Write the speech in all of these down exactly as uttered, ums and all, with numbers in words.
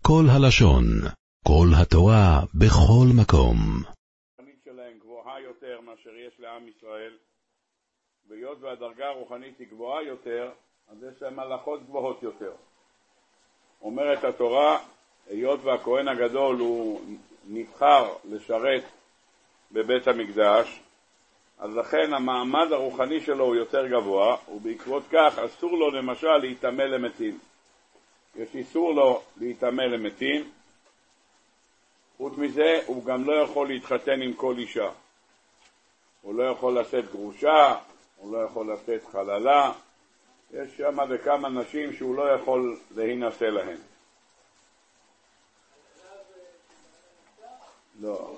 כל הלשון, כל התורה, בכל מקום. הרוחנית שלהם גבוהה יותר מאשר יש לעם ישראל, והיות והדרגה הרוחנית היא גבוהה יותר, אז יש להם הלכות גבוהות יותר. אומרת התורה, היות והכהן הגדול הוא נבחר לשרת בבית המקדש, אז לכן המעמד הרוחני שלו הוא יותר גבוה, ובעקבות כך אסור לו למשל להתאמה למתים. יש איסור לו להתאמה למתים, חוץ מזה הוא גם לא יכול להתחתן עם כל אישה. הוא לא יכול לשאת גרושה, הוא לא יכול לשאת חללה, יש שם וכמה נשים שהוא לא יכול להינשא להן. לא.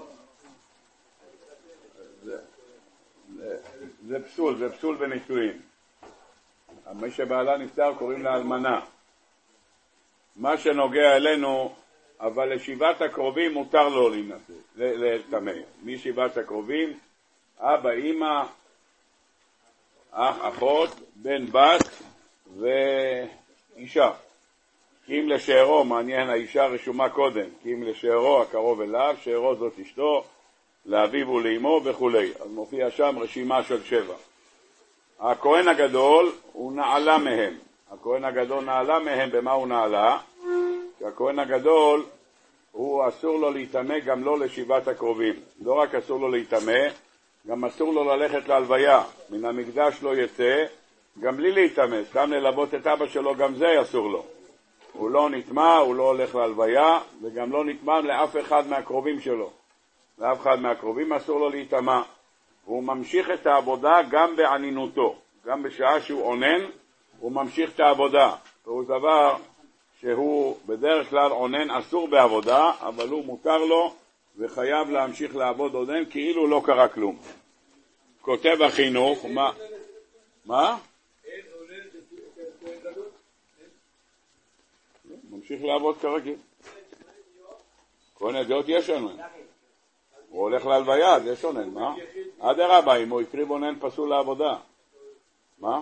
זה, זה, זה פסול, זה פסול בנישואין. מי שבעלה נפטר קוראים לה אלמנה. מה שנוגע אלינו, אבל לשבעת הקרובים מותר לו להינשא, להתאמה. משבעת הקרובים, אבא, אמא, אח, אחות, בן, בת ואישה. כי אם לשארו, מעניין, האישה רשומה קודם, כי אם לשארו הקרוב אליו, שארו זאת אשתו, לאביו ולאמו וכו'. אז מופיע שם רשימה של שבע. הכהן הגדול הוא נעלה מהם. הכהן הגדול נעלה מהם, במה הוא נעלה? כי הכהן הגדול הוא אסור לו להתאמה גם לא לשבעת הקרובים. לא רק אסור לו להתאמה, גם אסור לו ללכת להלוויה. מן המקדש לא יצא, גם בלי להתאמה, סתם ללוות את אבא שלו, גם זה אסור לו. הוא לא נטמע, הוא לא הולך להלוויה, וגם לא נטמע לאף אחד מהקרובים שלו. לאף אחד מהקרובים אסור לו להתאמה. הוא ממשיך את העבודה גם בענינותו. גם בשעה שהוא עונן, הוא ממשיך את העבודה. והוא דבר שהוא בדרך כלל עונן אסור בעבודה, אבל הוא מותר לו וחייב להמשיך לעבוד עונן כאילו לא קרה כלום. כותב החינוך, מה? מה? ממשיך לעבוד כרגיל. כהן הדעות יש עונן. הוא הולך להלוויה, אז יש עונן, מה? עד הרבה, אם הוא הקריב עונן פסול לעבודה. מה?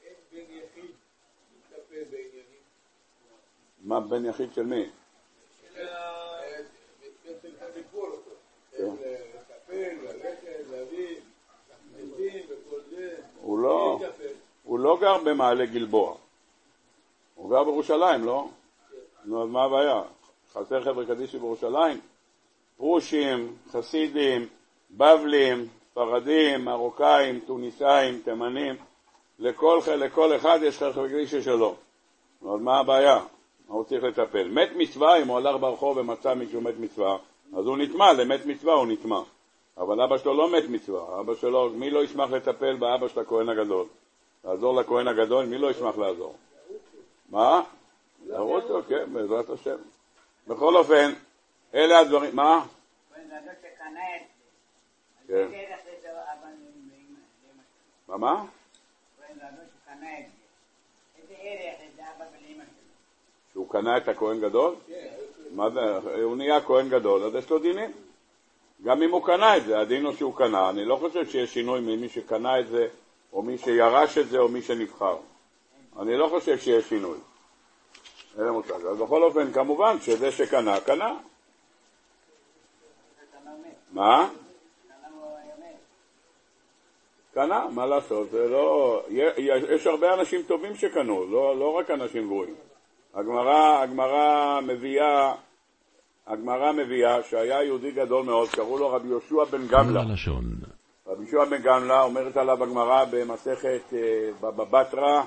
מה בן יחיד של מי? הוא לא גר במעלה גלבוע, הוא גר בירושלים, לא? נו, אז מה הבעיה? חסר חבר'ה קדישי בירושלים? פרושים, חסידים, בבלים, ספרדים, מרוקאים, טוניסאים, תימנים, לכל, לכל אחד יש חבר'ה קדישי שלו. נו, אז מה הבעיה? מה הוא צריך לטפל? מת מצווה, אם הוא הלך ברחוב ומצא מישהו מת מצווה, אז הוא נטמע, למת מצווה הוא נטמע. אבל אבא שלו לא מת מצווה, אבא שלו, מי לא ישמח לטפל באבא של הכהן הגדול? לעזור לכהן הגדול, מי לא ישמח לעזור? מה? להראות לו, כן, בעזרת השם. בכל אופן, אלה הדברים, מה? כן. מה, מה? שהוא קנה את הכהן גדול? מה זה? הוא נהיה כהן גדול, אז יש לו דינים. גם אם הוא קנה את זה, הדין הוא שהוא קנה. אני לא חושב שיש שינוי ממי שקנה את זה, או מי שירש את זה, או מי שנבחר. אני לא חושב שיש שינוי. אין מושג. אז בכל אופן, כמובן, שזה שקנה, קנה. מה? קנה, מה לעשות? זה לא... יש הרבה אנשים טובים שקנו, לא, לא רק אנשים גרועים. הגמרא, הגמרא מביאה, הגמרא מביאה שהיה יהודי גדול מאוד, קראו לו רבי יהושע בן גמלה. רבי יהושע בן גמלה אומרת עליו הגמרא במסכת בבטרה,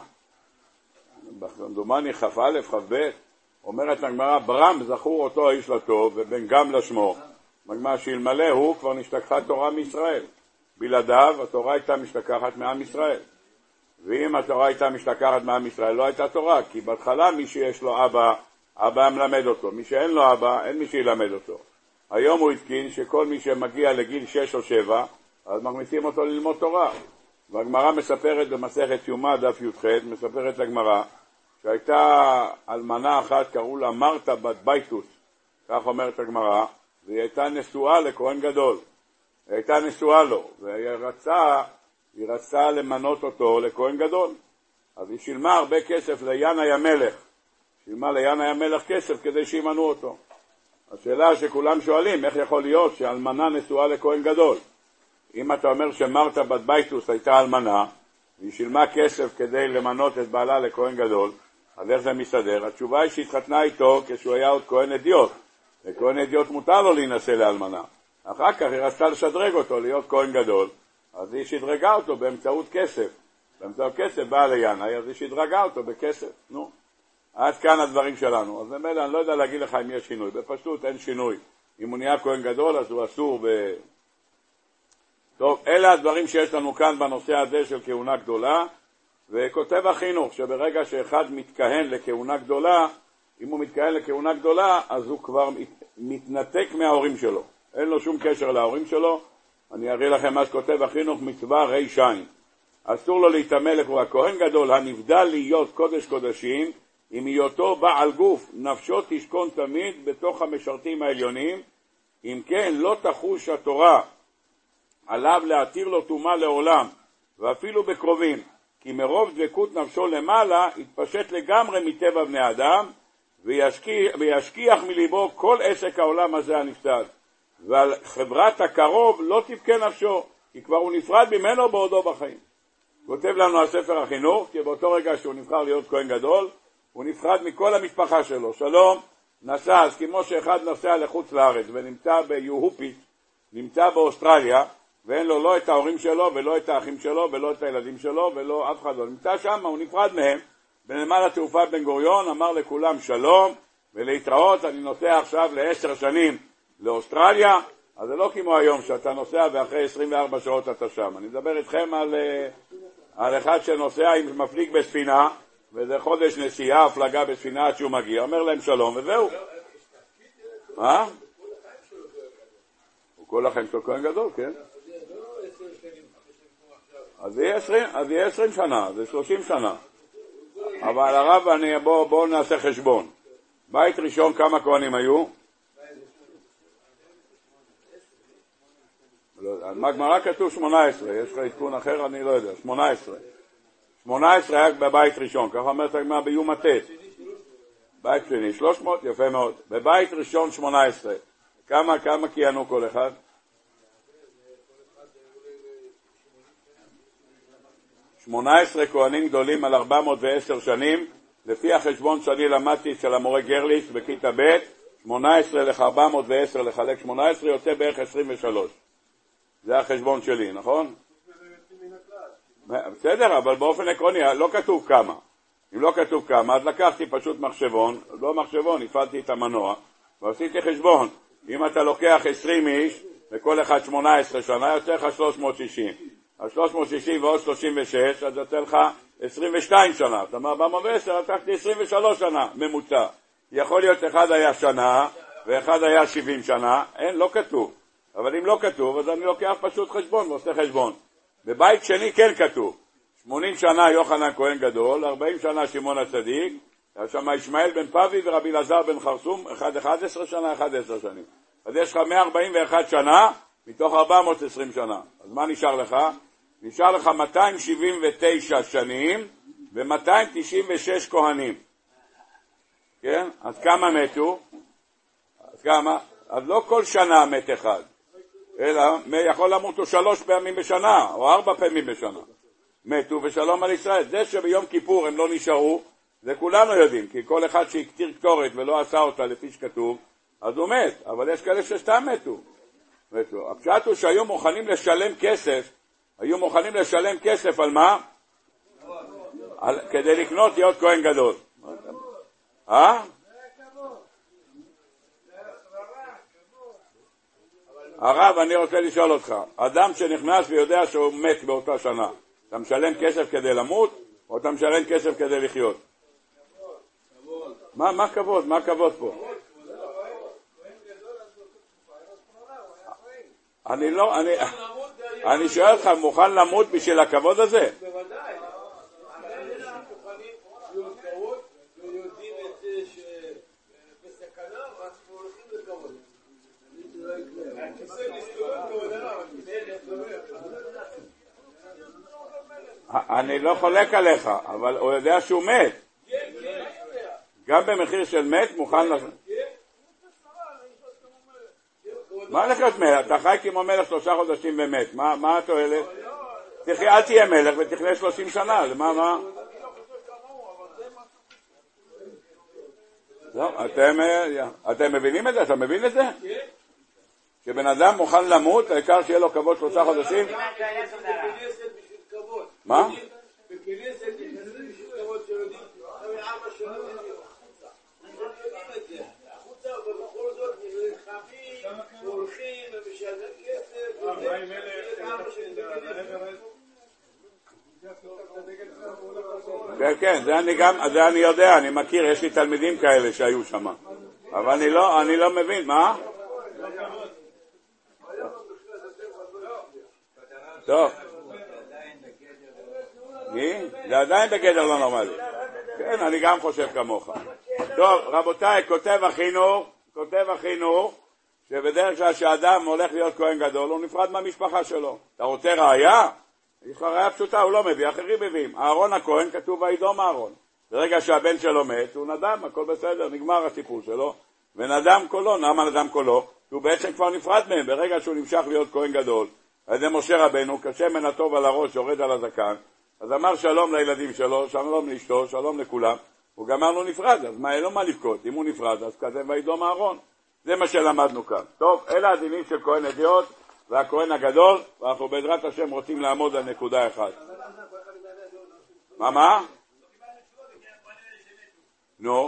דומני כ"א כ"ב, אומרת הגמרא, ברם זכור אותו האיש לטוב ובן גמלה שמו. הגמרא שאלמלא הוא כבר נשתכחה תורה מישראל. בלעדיו התורה הייתה משתכחת מעם ישראל. ואם התורה הייתה משתכחת מעם ישראל, לא הייתה תורה, כי בהתחלה מי שיש לו אבא, אבא מלמד אותו. מי שאין לו אבא, אין מי שילמד אותו. היום הוא התקין שכל מי שמגיע לגיל שש או שבע, אז מכניסים אותו ללמוד תורה. והגמרא מספרת במסכת יומא דף י"ח, מספרת לגמרא, שהייתה אלמנה אחת, קראו לה מרתה בת בייטוס, כך אומרת הגמרא, והיא הייתה נשואה לכהן גדול. היא הייתה נשואה לו, והיא רצה... היא רצתה למנות אותו לכהן גדול. אז היא שילמה הרבה כסף לינאי המלך, מה ליין היה מלך כסף כדי שימנו אותו. השאלה שכולם שואלים, איך יכול להיות שאלמנה נשואה לכהן גדול? אם אתה אומר שמרתה בת בייטוס הייתה אלמנה, והיא שילמה כסף כדי למנות את בעלה לכהן גדול, אז איך זה מסתדר? התשובה היא שהתחתנה איתו כשהוא היה עוד כהן אדיוט. וכהן אדיוט מותר לו להינשא לאלמנה. אחר כך היא רצתה לשדרג אותו להיות כהן גדול, אז היא שדרגה אותו באמצעות כסף. באמצעות כסף באה לינאי, אז היא שדרגה אותו בכסף. נו, עד כאן הדברים שלנו. אז במילא אני לא יודע להגיד לך אם יש שינוי. בפשטות אין שינוי. אם הוא נהיה כהן גדול, אז הוא אסור ב... טוב, אלה הדברים שיש לנו כאן בנושא הזה של כהונה גדולה. וכותב החינוך שברגע שאחד מתכהן לכהונה גדולה, אם הוא מתכהן לכהונה גדולה, אז הוא כבר מתנתק מההורים שלו. אין לו שום קשר להורים שלו. אני אראה לכם מה שכותב החינוך, מצווה רי שין. אסור לו להתאמן לכהן כהן גדול, הנבדל להיות קודש קודשים, עם היותו בעל גוף, נפשו תשכון תמיד בתוך המשרתים העליונים, אם כן לא תחוש התורה עליו להתיר לו תומה לעולם, ואפילו בקרובים, כי מרוב דבקות נפשו למעלה, יתפשט לגמרי מטבע בני אדם, וישכיח, וישכיח מליבו כל עסק העולם הזה הנפסד. ועל חברת הקרוב לא תבכה נפשו, כי כבר הוא נפרד ממנו בעודו בחיים. כותב לנו הספר החינוך, כי באותו רגע שהוא נבחר להיות כהן גדול, הוא נפרד מכל המשפחה שלו. שלום, נסע, אז כמו שאחד נוסע לחוץ לארץ ונמצא ביוהופית, נמצא באוסטרליה, ואין לו לא את ההורים שלו ולא את האחים שלו ולא את הילדים שלו ולא אף אחד לא נמצא שם, הוא נפרד מהם. בנמל התעופה בן גוריון אמר לכולם שלום ולהתראות, אני נוסע עכשיו לעשר שנים לאוסטרליה. אז זה לא כמו היום שאתה נוסע ואחרי עשרים וארבע שעות אתה שם. אני מדבר איתכם על, על אחד שנוסע עם מפליג בספינה, וזה חודש נסיעה, הפלגה בספינה עד שהוא מגיע, אומר להם שלום וזהו. מה? הוא כל החיים שלו כהן גדול, כן? אז זה יהיה עשרים שנה, זה שלושים שנה. אבל הרב, אני, בוא, בוא נעשה חשבון. בית ראשון, כמה כהנים היו? בגמרא כתוב שמונה עשרה, יש לך עדכון אחר? אני לא יודע, שמונה עשרה. שמונה עשרה היה בבית ראשון, ככה אומרת הגמרא ביום הט'. בית שני, שלוש מאות, יפה מאוד. בבית ראשון שמונה עשרה. כמה, כמה כיהנו כל אחד? שמונה עשרה כהנים גדולים על ארבע מאות ועשר שנים, לפי החשבון שאני למדתי של המורה גרליץ בכיתה ב', שמונה עשרה לך ארבע מאות ועשר לחלק שמונה עשרה יוצא בערך עשרים ושלוש. זה החשבון שלי, נכון? בסדר, אבל באופן עקרוני לא כתוב כמה. אם לא כתוב כמה, אז לקחתי פשוט מחשבון, לא מחשבון, הפעלתי את המנוע, ועשיתי חשבון. אם אתה לוקח עשרים איש, וכל אחד שמונה עשרה שנה, יוצא לך שלוש מאות ושישים. אז שלוש מאות ושישים ועוד שלושים ושש, אז יוצא לך עשרים ושתיים שנה. זאת אומרת, ארבע מאות ועשר, לקחתי עשרים ושלוש שנה, ממוצע. יכול להיות אחד היה שנה, ואחד היה שבעים שנה, אין, לא כתוב. אבל אם לא כתוב, אז אני לוקח פשוט חשבון ועושה חשבון. בבית שני כן כתוב. שמונים שנה יוחנן כהן גדול, ארבעים שנה שמעון הצדיק, שם ישמעאל בן פבי ורבי אלעזר בן חרסום, אחד אחד עשרה שנה, אחד עשר שנים. אז יש לך מאה ארבעים ואחת שנה, מתוך ארבע מאות ועשרים שנה. אז מה נשאר לך? נשאר לך מאתיים שבעים ותשע שנים, ו-מאתיים תשעים ושש כהנים. כן? אז כמה מתו? אז כמה? אז לא כל שנה מת אחד. אלא יכול למות לו שלוש פעמים בשנה, או ארבע פעמים בשנה. מתו ושלום על ישראל. זה שביום כיפור הם לא נשארו, זה כולנו יודעים, כי כל אחד שהקטיר קטורת ולא עשה אותה לפי שכתוב, אז הוא מת, אבל יש כאלה שסתם מתו. מתו. הפשט הוא שהיו מוכנים לשלם כסף, היו מוכנים לשלם כסף על מה? על, כדי לקנות להיות כהן גדול. אה? הרב, אני רוצה לשאול אותך, אדם שנכנס ויודע שהוא מת באותה שנה, אתה משלם כסף כדי למות, או אתה משלם כסף כדי לחיות? מה, מה כבוד? מה כבוד פה? אני לא, אני, אני שואל אותך, מוכן למות בשביל הכבוד הזה? בוודאי. אני לא חולק עליך, אבל הוא יודע שהוא מת. גם במחיר של מת מוכן לש... מה הולך להיות מלך? אתה חי כמו מלך שלושה חודשים ומת, מה, מה התועלת? תחי, אל תהיה מלך ותכלה שלושים שנה, למה, מה? לא, אתם, אתם מבינים את זה? אתה מבין את זה? שבן אדם מוכן למות, העיקר שיהיה לו כבוד שלושה חודשים? מה? כן, כן, זה אני גם, זה אני יודע, אני מכיר, יש לי תלמידים כאלה שהיו שם. אבל אני לא, אני לא מבין, מה? טוב. מי? זה עדיין בגדר לא נורמלי. כן, אני גם חושב כמוך. טוב, רבותיי, כותב החינוך, כותב החינוך, שבדרך כלל שאדם הולך להיות כהן גדול, הוא נפרד מהמשפחה שלו. אתה רוצה ראיה? יש לך ראיה פשוטה, הוא לא מביא, אחרים מביאים. אהרון הכהן כתוב וידום אהרון. ברגע שהבן שלו מת, הוא נדם, הכל בסדר, נגמר הסיפור שלו. ונדם קולו, למה נדם קולו? הוא בעצם כבר נפרד מהם, ברגע שהוא נמשך להיות כהן גדול. על ידי משה רבנו, כשמן הטוב על הראש יורד על הזקן, אז אמר שלום לילדים שלו, שלום לאשתו, שלום לכולם. הוא גמר לו נפרד, אז מה, אין לו מה לבכות. אם הוא נפרד, אז כזה וידום אהרון. זה מה שלמדנו כאן. טוב, אלה הדינים של כהן אדיוט והכהן הגדול, ואנחנו בעזרת השם רוצים לעמוד על נקודה אחת. מה, מה? נו.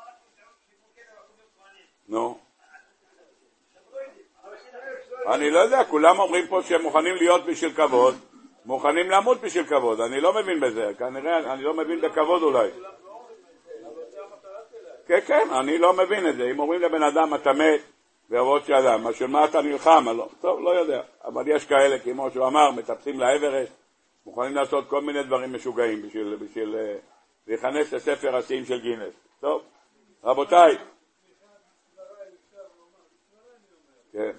נו. אני לא יודע, כולם אומרים פה שהם מוכנים להיות בשביל כבוד, מוכנים למות בשביל כבוד, אני לא מבין בזה, כנראה אני לא מבין בכבוד אולי. כן, כן, אני לא מבין את זה. אם אומרים לבן אדם, אתה מת, ועבוד שאדם, מה של מה אתה נלחם? לא, טוב, לא יודע. אבל יש כאלה, כמו שהוא אמר, מטפסים לאברסט, מוכנים לעשות כל מיני דברים משוגעים בשביל, בשביל להיכנס לספר השיאים של גינס. טוב, רבותיי. כן.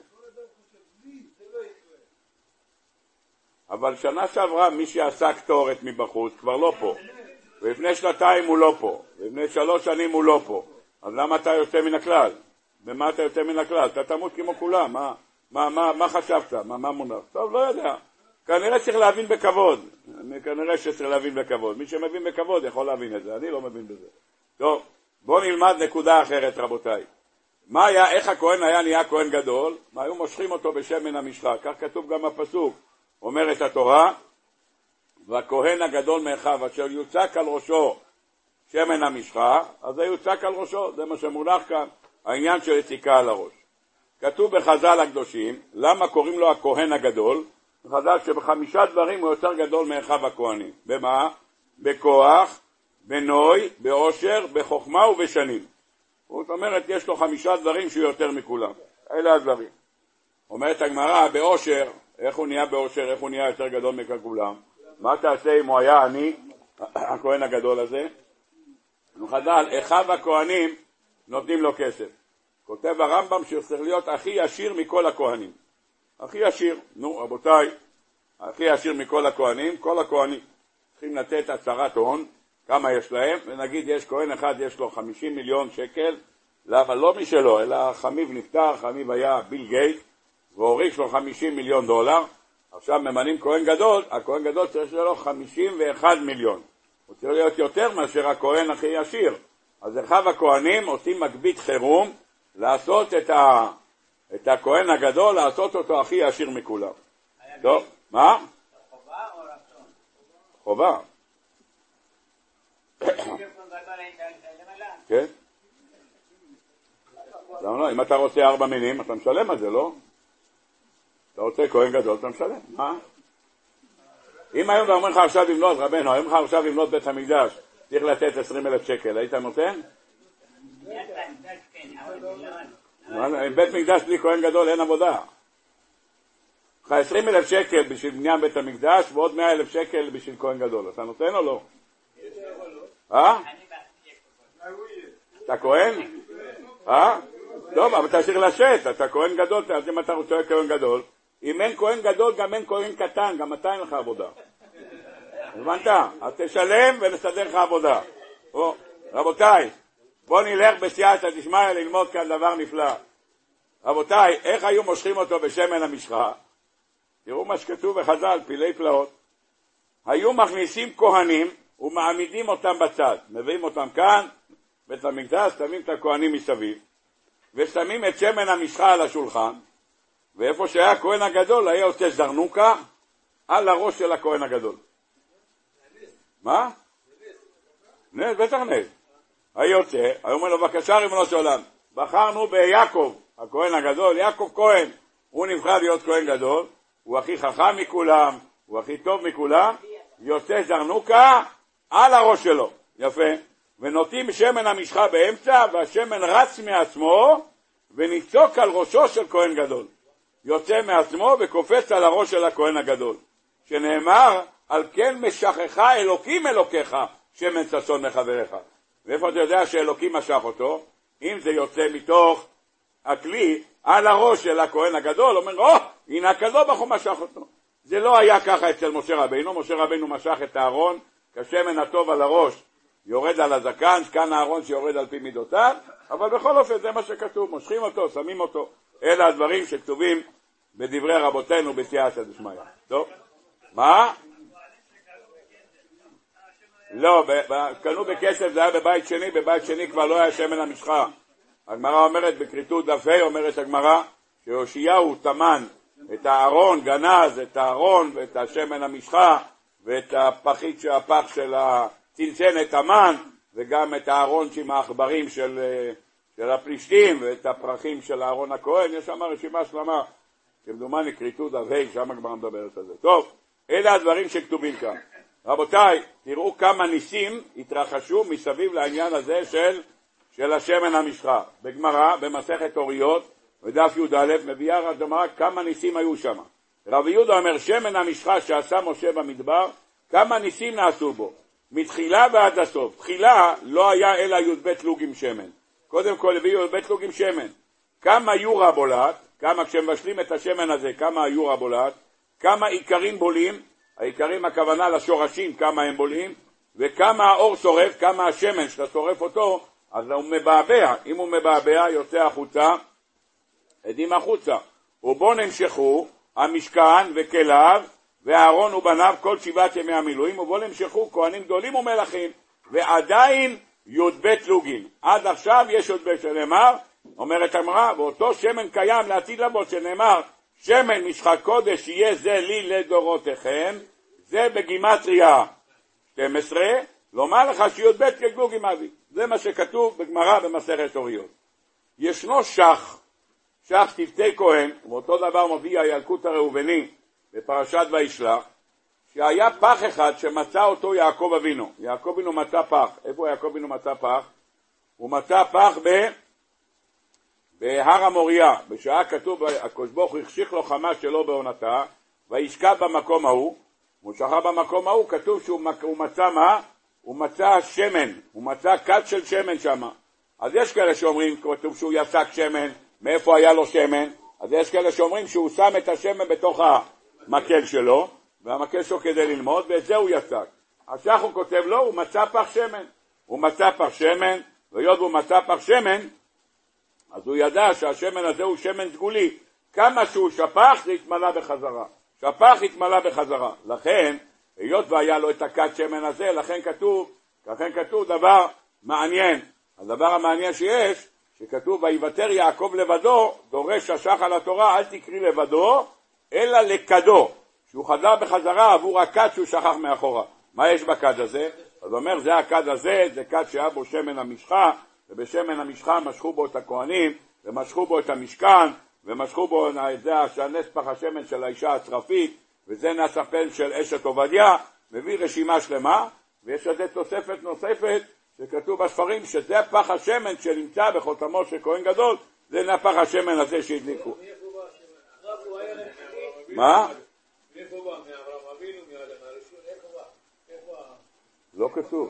אבל שנה שעברה, מי שעשה קטורת מבחוץ כבר לא פה. ולפני שנתיים הוא לא פה, ולפני שלוש שנים הוא לא פה. אז למה אתה יוצא מן הכלל? במה אתה יוצא מן הכלל? אתה תמות כמו כולם, מה, מה, מה, מה חשבת? מה, מה מונח? טוב, לא יודע. כנראה צריך להבין בכבוד. כנראה שצריך להבין בכבוד. מי שמבין בכבוד יכול להבין את זה, אני לא מבין בזה. טוב, בואו נלמד נקודה אחרת, רבותיי. מה היה, איך הכהן היה נהיה כהן גדול? מה, היו מושכים אותו בשמן המשחה, כך כתוב גם הפסוק. אומרת התורה, והכהן הגדול מאחיו אשר יוצק על ראשו שמן המשחה, אז זה יוצק על ראשו, זה מה שמונח כאן, העניין של יציקה על הראש. כתוב בחז"ל הקדושים, למה קוראים לו הכהן הגדול? בחז"ל שבחמישה דברים הוא יותר גדול מאחיו הכהנים. במה? בכוח, בנוי, באושר, בחוכמה ובשנים. זאת אומרת, יש לו חמישה דברים שהוא יותר מכולם. אלה הדברים. אומרת הגמרא, באושר, איך הוא נהיה באושר, איך הוא נהיה יותר גדול מכולם? מה תעשה אם הוא היה אני, הכהן הגדול הזה? חז"ל, אחיו הכהנים נותנים לו כסף. כותב הרמב"ם שצריך להיות הכי עשיר מכל הכהנים. הכי עשיר, נו רבותיי, הכי עשיר מכל הכהנים, כל הכהנים צריכים לתת הצהרת הון, כמה יש להם, ונגיד יש כהן אחד, יש לו חמישים מיליון שקל, אבל לא משלו, אלא חמיב נפטר, חמיב היה ביל גייט, והוריש לו חמישים מיליון דולר, עכשיו ממנים כהן גדול, הכהן גדול צריך לו חמישים ואחד מיליון. הוא צריך להיות יותר מאשר הכהן הכי עשיר. אז אחיו הכהנים עושים מגבית חירום, לעשות את, ה... את הכהן הגדול, לעשות אותו הכי עשיר מכולם. טוב, מה? חובה או רצון? חובה. כן? למה לא? אם אתה רוצה ארבע מינים, אתה משלם על זה, לא? אתה רוצה כהן גדול, אתה משלם. מה? אם היום אתה אומר לך עכשיו לבנות, רבנו, היום לך עכשיו לבנות בית המקדש, צריך לתת עשרים אלף שקל, היית נותן? בית מקדש בלי כהן גדול אין עבודה. לך עשרים אלף שקל בשביל בניין בית המקדש, ועוד מאה אלף שקל בשביל כהן גדול. אתה נותן או לא? אה? אתה כהן? אה? טוב, אבל אתה צריך לשאת, אתה כהן גדול, אז אם אתה רוצה כהן גדול, אם אין כהן גדול, גם אין כהן קטן, גם אתה אין לך עבודה. הבנת? אז תשלם ונסדר לך עבודה. או, רבותיי, בואו נלך בסייעתא דשמיא ללמוד כאן דבר נפלא. רבותיי, איך היו מושכים אותו בשמן המשחה? תראו מה שכתוב בחז"ל, פילי פלאות. היו מכניסים כהנים ומעמידים אותם בצד. מביאים אותם כאן, בית המקדש, שמים את הכהנים מסביב, ושמים את שמן המשחה על השולחן, ואיפה שהיה הכהן הגדול היה יוצא זרנוקה על הראש של הכהן הגדול. מה? נס, בטח נס. היה יוצא, היה אומר לו, בבקשה ריבונו של עולם, בחרנו ביעקב, הכהן הגדול, יעקב כהן, הוא נבחר להיות כהן גדול, הוא הכי חכם מכולם, הוא הכי טוב מכולם, יוצא זרנוקה על הראש שלו. יפה. ונותנים שמן המשחה באמצע, והשמן רץ מעצמו, וניצוק על ראשו של כהן גדול. יוצא מעצמו וקופץ על הראש של הכהן הגדול. שנאמר, על כן משכך אלוקים אלוקיך, שמן ששון מחבריך. ואיפה אתה יודע שאלוקים משך אותו? אם זה יוצא מתוך הכלי על הראש של הכהן הגדול, אומר, או, oh, הנה הקדוש ברוך הוא משך אותו. זה לא היה ככה אצל משה רבינו. משה רבינו משך את הארון, כשמן הטוב על הראש יורד על הזקן, כאן הארון שיורד על פי מידותיו, אבל בכל אופן זה מה שכתוב, מושכים אותו, שמים אותו. אלה הדברים שכתובים בדברי רבותינו בסייעתא דשמיא. טוב, מה? לא, קנו בכסף, זה היה בבית שני, בבית שני כבר לא היה שמן המשחה. הגמרא אומרת בכריתות דף ה', אומרת הגמרא שיאשיהו טמן את הארון, גנז את הארון ואת השמן המשחה ואת הפחית של הפח של הצנצנת המן, וגם את הארון עם העכברים של, של הפלישתים ואת הפרחים של הארון הכהן. יש שם רשימה שלמה, כמדומני כריתות דף ה', שם הגמרא מדברת על זה. טוב, אלה הדברים שכתובים כאן. רבותיי, תראו כמה ניסים התרחשו מסביב לעניין הזה של, של השמן המשחה. בגמרא, במסכת אוריות, בדף י"א, מביאה הגמרא כמה ניסים היו שם. רבי יהודה אומר, שמן המשחה שעשה משה במדבר, כמה ניסים נעשו בו. מתחילה ועד הסוף. תחילה לא היה אלא י"ב לוג עם שמן. קודם כל הביאו י"ב לוג עם שמן. כמה יורה בולט, כמה כשמבשלים את השמן הזה, כמה יורה בולט, כמה עיקרים בולים, העיקרים הכוונה לשורשים, כמה הם בולים, וכמה האור שורף, כמה השמן שאתה שורף אותו, אז הוא מבעבע. אם הוא מבעבע, יוצא החוצה, עדים החוצה. ובו נמשכו המשכן וכליו, והארון ובניו כל שבעת ימי המילואים, ובו נמשכו כהנים גדולים ומלכים, ועדיין י"ב לוגים. עד עכשיו יש י"ב שנאמר, אומרת הגמרא, ואותו שמן קיים לעתיד לבוא, שנאמר, שמן משחת קודש יהיה זה לי לדורותיכם, זה בגימטריה שתים עשרה, לומר לך שי"ב כגלוגים אבי. זה מה שכתוב בגמרא במסכת אוריות. ישנו שח, שח צוותי כהן, ואותו דבר מביא הילקוט הראובני בפרשת וישלח, שהיה פח אחד שמצא אותו יעקב אבינו. יעקב אבינו מצא פח. איפה יעקב אבינו מצא פח? הוא מצא פח ב... בהר המוריה. בשעה כתוב, הקדוש ברוך הוא החשיך לו חמה שלו בעונתה, וישכב במקום ההוא. הוא שכב במקום ההוא, כתוב שהוא מצא מה? הוא מצא שמן. הוא מצא כת של שמן שם. אז יש כאלה שאומרים, כתוב שהוא יסק שמן, מאיפה היה לו שמן? אז יש כאלה שאומרים שהוא שם את השמן בתוך המקל שלו, והמקל שלו כדי ללמוד, ואת זה הוא יסק. השח הוא כותב לו, הוא מצא פח שמן. הוא מצא פח שמן, ויוד הוא מצא פח שמן, אז הוא ידע שהשמן הזה הוא שמן סגולי. כמה שהוא שפח, זה התמלא בחזרה. שפח התמלא בחזרה. לכן, היות והיה לו את הכת שמן הזה, לכן כתוב, לכן כתוב דבר מעניין. הדבר המעניין שיש, שכתוב, ויוותר יעקב לבדו, דורש השח על התורה, אל תקריא לבדו, אלא לקדו. שהוא חזר בחזרה עבור הכת שהוא שכח מאחורה. מה יש בכת הזה? אז אומר, זה הכת הזה, זה כת שהיה בו שמן המשחה, ובשמן המשחה משכו בו את הכהנים, ומשכו בו את המשכן, ומשכו בו את זה שהנס פח השמן של האישה הצרפית, וזה נס הפן של אשת עובדיה, מביא רשימה שלמה, ויש לזה תוספת נוספת, שכתוב בספרים שזה פח השמן שנמצא בחותמו של כהן גדול, זה נפח השמן הזה שהדליקו. מה? מאיפה בא? מאברהם אבינו, מאדם הראשון, איפה בא? איפה? לא כתוב.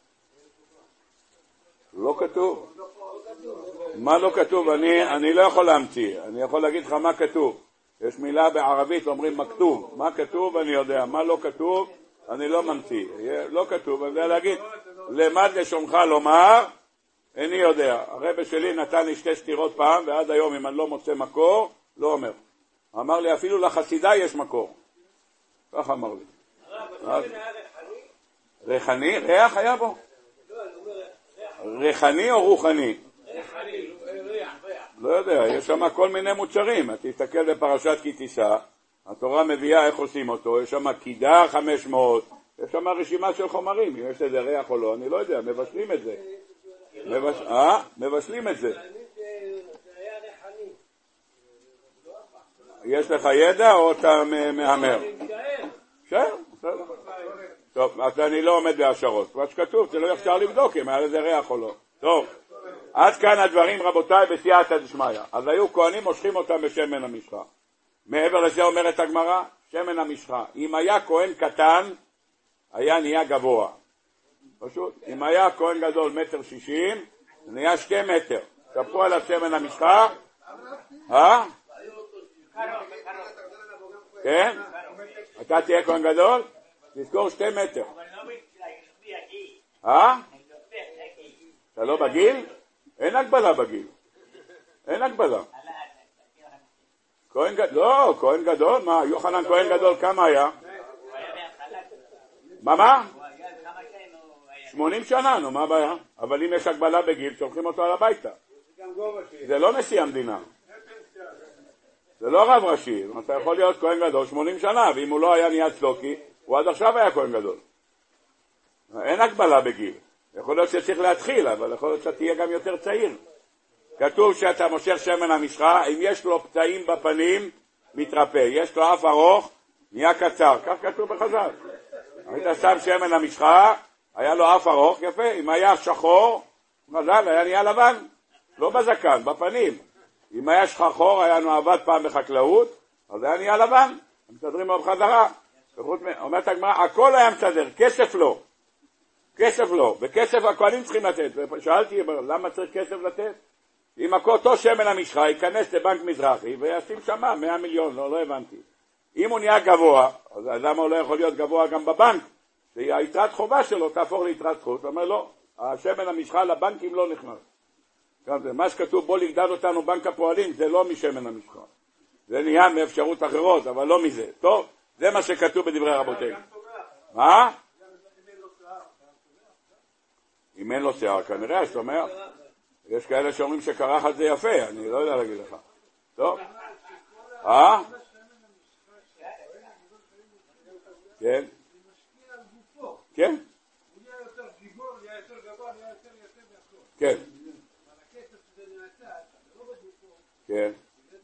לא כתוב. מה לא כתוב? אני, אני לא יכול להמציא. אני יכול להגיד לך מה כתוב. יש מילה בערבית, אומרים מכתוב. מה כתוב אני יודע. מה לא כתוב אני לא ממציא. לא כתוב. אני יודע להגיד, למד לשונך לומר, איני יודע. הרב שלי נתן לי שתי סתירות פעם, ועד היום אם אני לא מוצא מקור, לא אומר. אמר לי, אפילו לחסידה יש מקור. כך אמר לי. הרב, השמן היה ריחני? ריחני? ריח היה בו? לא, אני אומר, ריח. ריחני או רוחני? ריחני, ריח, ריח. לא יודע, יש שם כל מיני מוצרים. תסתכל בפרשת כי תישא, התורה מביאה איך עושים אותו, יש שם קידה חמש מאות, יש שם רשימה של חומרים, אם יש לזה ריח או לא, אני לא יודע, מבשלים את זה. מבש... אה? מבשלים את זה. יש לך ידע או אתה מהמר? בסדר, בסדר. טוב, אז אני לא עומד בהשערות. מה שכתוב, זה לא אפשר לבדוק אם היה לזה ריח או לא. טוב, עד כאן הדברים רבותיי בסייעתא דשמיא. אז היו כהנים מושכים אותם בשמן המשחה. מעבר לזה אומרת הגמרא, שמן המשחה. אם היה כהן קטן, היה נהיה גבוה. פשוט, אם היה כהן גדול מטר שישים, נהיה שתי מטר. שפו עליו שמן המשחה. אה? כן? אתה תהיה כהן גדול? תזכור שתי מטר. אה? אתה לא בגיל? אין הגבלה בגיל. אין הגבלה. כהן גדול, לא, כהן גדול, מה? יוחנן כהן גדול, כמה היה? מה, מה? שמונים שנה, נו, מה הבעיה? אבל אם יש הגבלה בגיל, שולחים אותו על הביתה. זה לא נשיא המדינה. זה לא רב ראשי. אתה יכול להיות כהן גדול שמונים שנה, ואם הוא לא היה נהיה צדוקי, הוא עד עכשיו היה כהן גדול. אין הגבלה בגיל. יכול להיות שצריך להתחיל, אבל יכול להיות שתהיה גם יותר צעיר. כתוב שאתה מושך שמן המשחה, אם יש לו פצעים בפנים, מתרפא. יש לו אף ארוך, נהיה קצר. כך כתוב בחז"ל. היית שם שמן המשחה, היה לו אף ארוך, יפה. אם היה שחור, חז"ל, היה נהיה לבן. לא בזקן, בפנים. אם היה שחור, היה לנו עבד פעם בחקלאות, אז היה נהיה לבן. הם מסדרים מאוד חזרה. אומרת הגמרא, הכל היה מסדר, כסף לא. כסף לא. וכסף הכהנים צריכים לתת. ושאלתי, למה צריך כסף לתת? אם אותו שמן המשחה ייכנס לבנק מזרחי וישים שמה מאה מיליון, לא, לא הבנתי. אם הוא נהיה גבוה, אז למה הוא לא יכול להיות גבוה גם בבנק? שהיתרת חובה שלו תהפוך ליתרת זכות. הוא אומר לא, השמן המשחה לבנקים לא נכנס. זה, מה שכתוב בוא לגדל אותנו בנק הפועלים, זה לא משמן המשחה. זה נהיה מאפשרות אחרות, אבל לא מזה. טוב, זה מה שכתוב בדברי רבותינו. מה? אם אין לו שיער, כנראה, זאת אומרת, יש כאלה שאומרים שקרחת זה יפה, אני לא יודע להגיד לך. טוב? אה? כן? כן? כן. כן.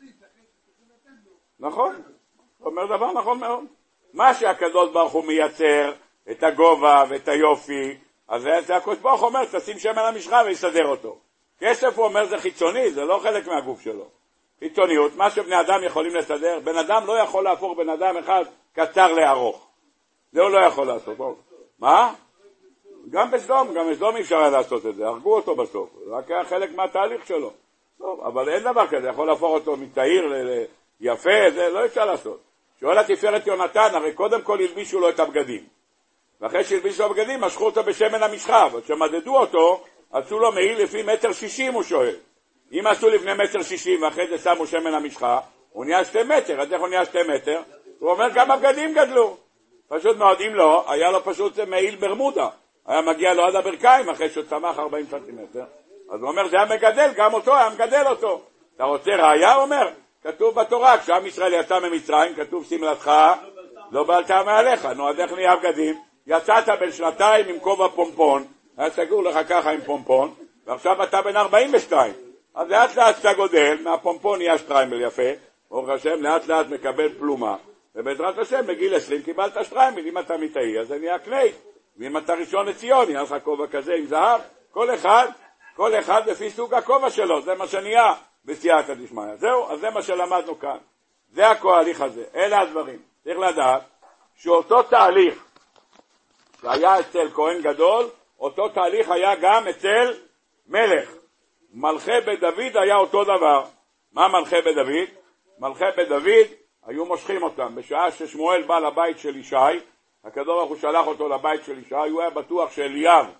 נכון. אומר דבר נכון מאוד. מה שהקדוש ברוך הוא מייצר, את הגובה ואת היופי, אז זה הקדוש ברוך הוא אומר, תשים שמן המשחה ויסדר אותו. כסף הוא אומר זה חיצוני, זה לא חלק מהגוף שלו. חיצוניות, מה שבני אדם יכולים לסדר, בן אדם לא יכול להפוך בן אדם אחד קצר לארוך. זה הוא לא יכול לעשות. מה? גם בסדום, גם בסדום אי אפשר לעשות את זה, הרגו אותו בסוף, רק היה חלק מהתהליך שלו. טוב, אבל אין דבר כזה, יכול להפוך אותו מתאיר ליפה, זה לא אפשר לעשות. שואל התפארת יונתן, הרי קודם כל הלבישו לו את הבגדים. ואחרי שהלבישו לו הבגדים, משכו אותו בשמן המשחה, אבל כשמדדו אותו, עשו לו מעיל לפי מטר שישים, הוא שואל. אם עשו לפני מטר שישים, ואחרי זה שמו שמן המשחה, הוא נהיה שתי מטר, אז איך הוא נהיה שתי מטר? הוא אומר, גם הבגדים גדלו. פשוט מאוד, אם לא, היה לו פשוט מעיל ברמודה. היה מגיע לו עד הברכיים, אחרי שהוא צמח ארבעים סנטימטר. אז הוא אומר, זה היה מגדל, גם אותו היה מגדל אותו. אתה רוצה ראיה? הוא אומר, כתוב בתורה, כשעם ישראל יצא ממצרים, כתוב שמלתך, לא בעלת מעליך. נו, אז איך נהיה בגדים? יצאת בן שנתיים עם כובע פומפון, היה סגור לך ככה עם פומפון, ועכשיו אתה בן ארבעים ושתיים. אז לאט לאט אתה גודל, מהפומפון נהיה שטריימל יפה, ברוך השם, לאט לאט מקבל פלומה, ובעזרת השם בגיל עשרים קיבלת שטריימל, אם אתה מתאי, אז זה נהיה קני, ואם אתה ראשון לציון, יהיה לך כובע כזה עם זהב, כל אחד, כל אחד לפי סוג הכובע שלו, זה מה שנהיה בסייעתא דשמיא. זהו, אז זה מה שלמדנו כאן. זה הכהליך הזה, אלה הדברים. צריך לדעת שאותו תהליך שהיה אצל כהן גדול, אותו תהליך היה גם אצל מלך. מלכי בית דוד היה אותו דבר. מה מלכי בית דוד? מלכי בית דוד היו מושכים אותם. בשעה ששמואל בא לבית של ישי, הקדוש ברוך הוא שלח אותו לבית של ישי, הוא היה בטוח שאליאב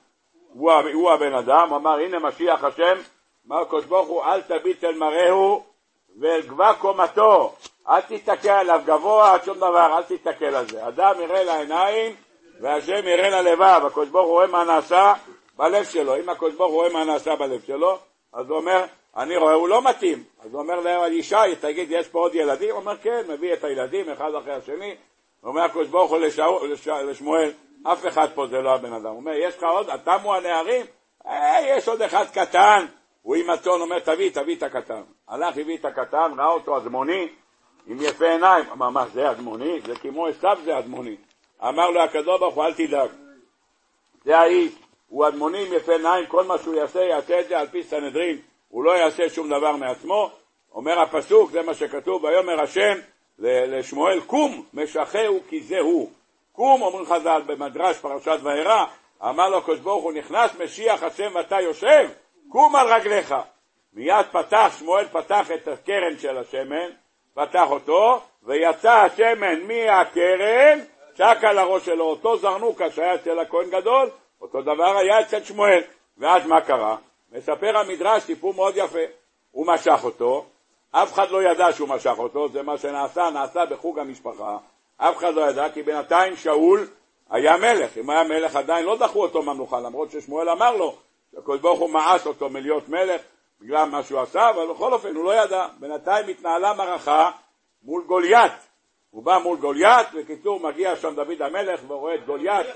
הוא, הוא הבן אדם, הוא אמר הנה משיח השם, אמר הקדוש ברוך הוא אל תביט אל מראהו ואל גבה קומתו, אל תתקל עליו גבוה עד שום דבר, אל תתקל על זה. אדם יראה לעיניים והשם יראה ללבב. הקדוש ברוך הוא רואה מה נעשה בלב שלו. אם הקדוש ברוך הוא רואה מה נעשה בלב שלו, אז הוא אומר אני רואה, הוא לא מתאים. אז הוא אומר להם, ישי, תגיד, יש פה עוד ילדים? הוא אומר, כן, מביא את הילדים, אחד אחרי השני. הוא אומר, הקדוש ברוך הוא לשמואל, אף אחד פה זה לא הבן אדם. הוא אומר, יש לך עוד, תמו הנערים? אה, יש עוד אחד קטן. הוא עם הצאן, אומר, תביא, תביא את הקטן. הלך, הביא את הקטן, ראה אותו אדמוני, עם יפה עיניים. אמר, מה, זה אדמוני? זה כמו עשיו, זה אדמוני. אמר לו, הקדוש ברוך הוא, אל תדאג. זה האיש, הוא אדמוני עם יפה עיניים, כל מה שהוא יעשה, יעשה את זה על פי סנהדרין. הוא לא יעשה שום דבר מעצמו. אומר הפסוק, זה מה שכתוב, ויאמר השם לשמואל, קום משחהו כי זה הוא. קום, אומרים חז"ל במדרש פרשת וירא, אמר לו הקדוש ברוך הוא, נכנס משיח השם ואתה יושב, קום על רגליך. מיד פתח, שמואל פתח את הקרן של השמן, פתח אותו, ויצא השמן מהקרן, צק על הראש שלו, אותו זרנוקה שהיה אצל הכהן גדול, אותו דבר היה אצל שמואל. ואז מה קרה? מספר המדרש סיפור מאוד יפה, הוא משך אותו, אף אחד לא ידע שהוא משך אותו, זה מה שנעשה, נעשה בחוג המשפחה, אף אחד לא ידע, כי בינתיים שאול היה מלך, אם היה מלך עדיין לא דחו אותו ממלוכה, למרות ששמואל אמר לו, הקדוש ברוך הוא מאס אותו מלהיות מלך, בגלל מה שהוא עשה, אבל בכל אופן הוא לא ידע, בינתיים התנהלה מערכה מול גוליית, הוא בא מול גוליית, וקיצור מגיע שם דוד המלך ורואה את גוליית,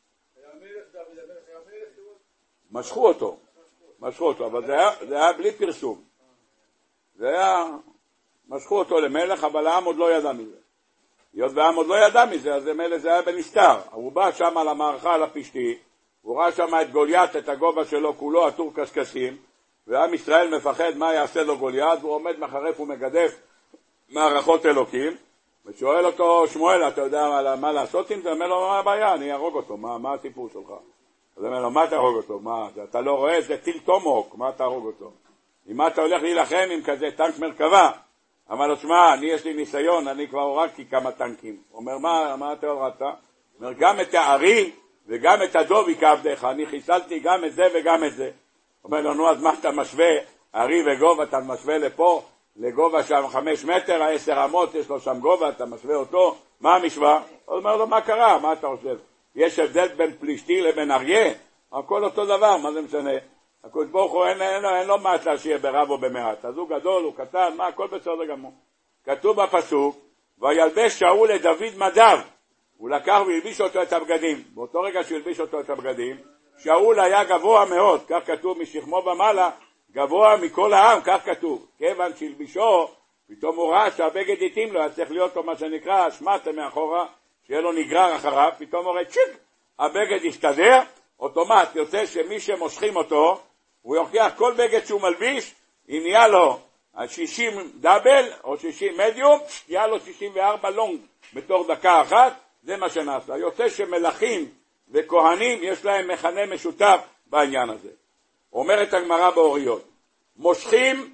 משכו אותו, משכו אותו, אבל זה היה, זה היה בלי פרסום. זה היה, משכו אותו למלך, אבל העם עוד לא ידע מזה. היות והעם עוד לא ידע מזה, אז מלך זה היה בנסתר. הוא בא שם על המערכה, על הפשתי, הוא ראה שם את גוליית, את הגובה שלו, כולו עטור קשקשים, ועם ישראל מפחד מה יעשה לו גוליית, והוא עומד מחרף ומגדף מערכות אלוקים, ושואל אותו, שמואל, אתה יודע מה, מה לעשות עם זה? אומר לו, מה הבעיה? אני ארוג אותו, מה, מה הסיפור שלך? אז הוא אומר לו, מה תהרוג אותו? מה, אתה לא רואה? זה טיל טומהוק, מה תהרוג אותו? אם אתה הולך להילחם עם כזה טנק מרכבה, אמר לו, שמע, אני יש לי ניסיון, אני כבר הורגתי כמה טנקים. הוא אומר, מה, מה אתה הורדת? הוא אומר, גם את הארי וגם את הדוב יקעבדך, אני חיסלתי גם את זה וגם את זה. הוא אומר לו, נו, אז מה אתה משווה, ארי וגובה, אתה משווה לפה, לגובה שם חמש מטר, עשר אמות, יש לו שם גובה, אתה משווה אותו, מה המשוואה? הוא אומר לו, מה קרה? מה אתה חושב? יש הבדל בין פלישתי לבין אריה, הכל אותו דבר, מה זה משנה? הקדוש ברוך הוא אין, אין, אין, אין לו מעט להשאיר ברב או במעט, אז הוא גדול, הוא קטן, מה, הכל בסדר גמור. כתוב בפסוק, וילבש שאול לדוד מדיו, הוא לקח והלביש אותו את הבגדים, באותו רגע שהלביש אותו את הבגדים, שאול היה גבוה מאוד, כך כתוב משכמו במעלה, גבוה מכל העם, כך כתוב, כיוון שהלבישו, פתאום הוא ראה שהבגד התאים לו, אז צריך להיות לו מה שנקרא, שמטה מאחורה, שיהיה לו נגרר אחריו, פתאום הוא רואה צ'יק, הבגד יסתדר, אוטומט, יוצא שמי שמושכים אותו, הוא יוכיח כל בגד שהוא מלביש, אם נהיה לו שישים דאבל או שישים מדיום, יהיה לו שישים וארבע לונג בתוך דקה אחת, זה מה שנעשה. יוצא שמלכים וכהנים יש להם מכנה משותף בעניין הזה. אומרת הגמרא באוריות, מושכים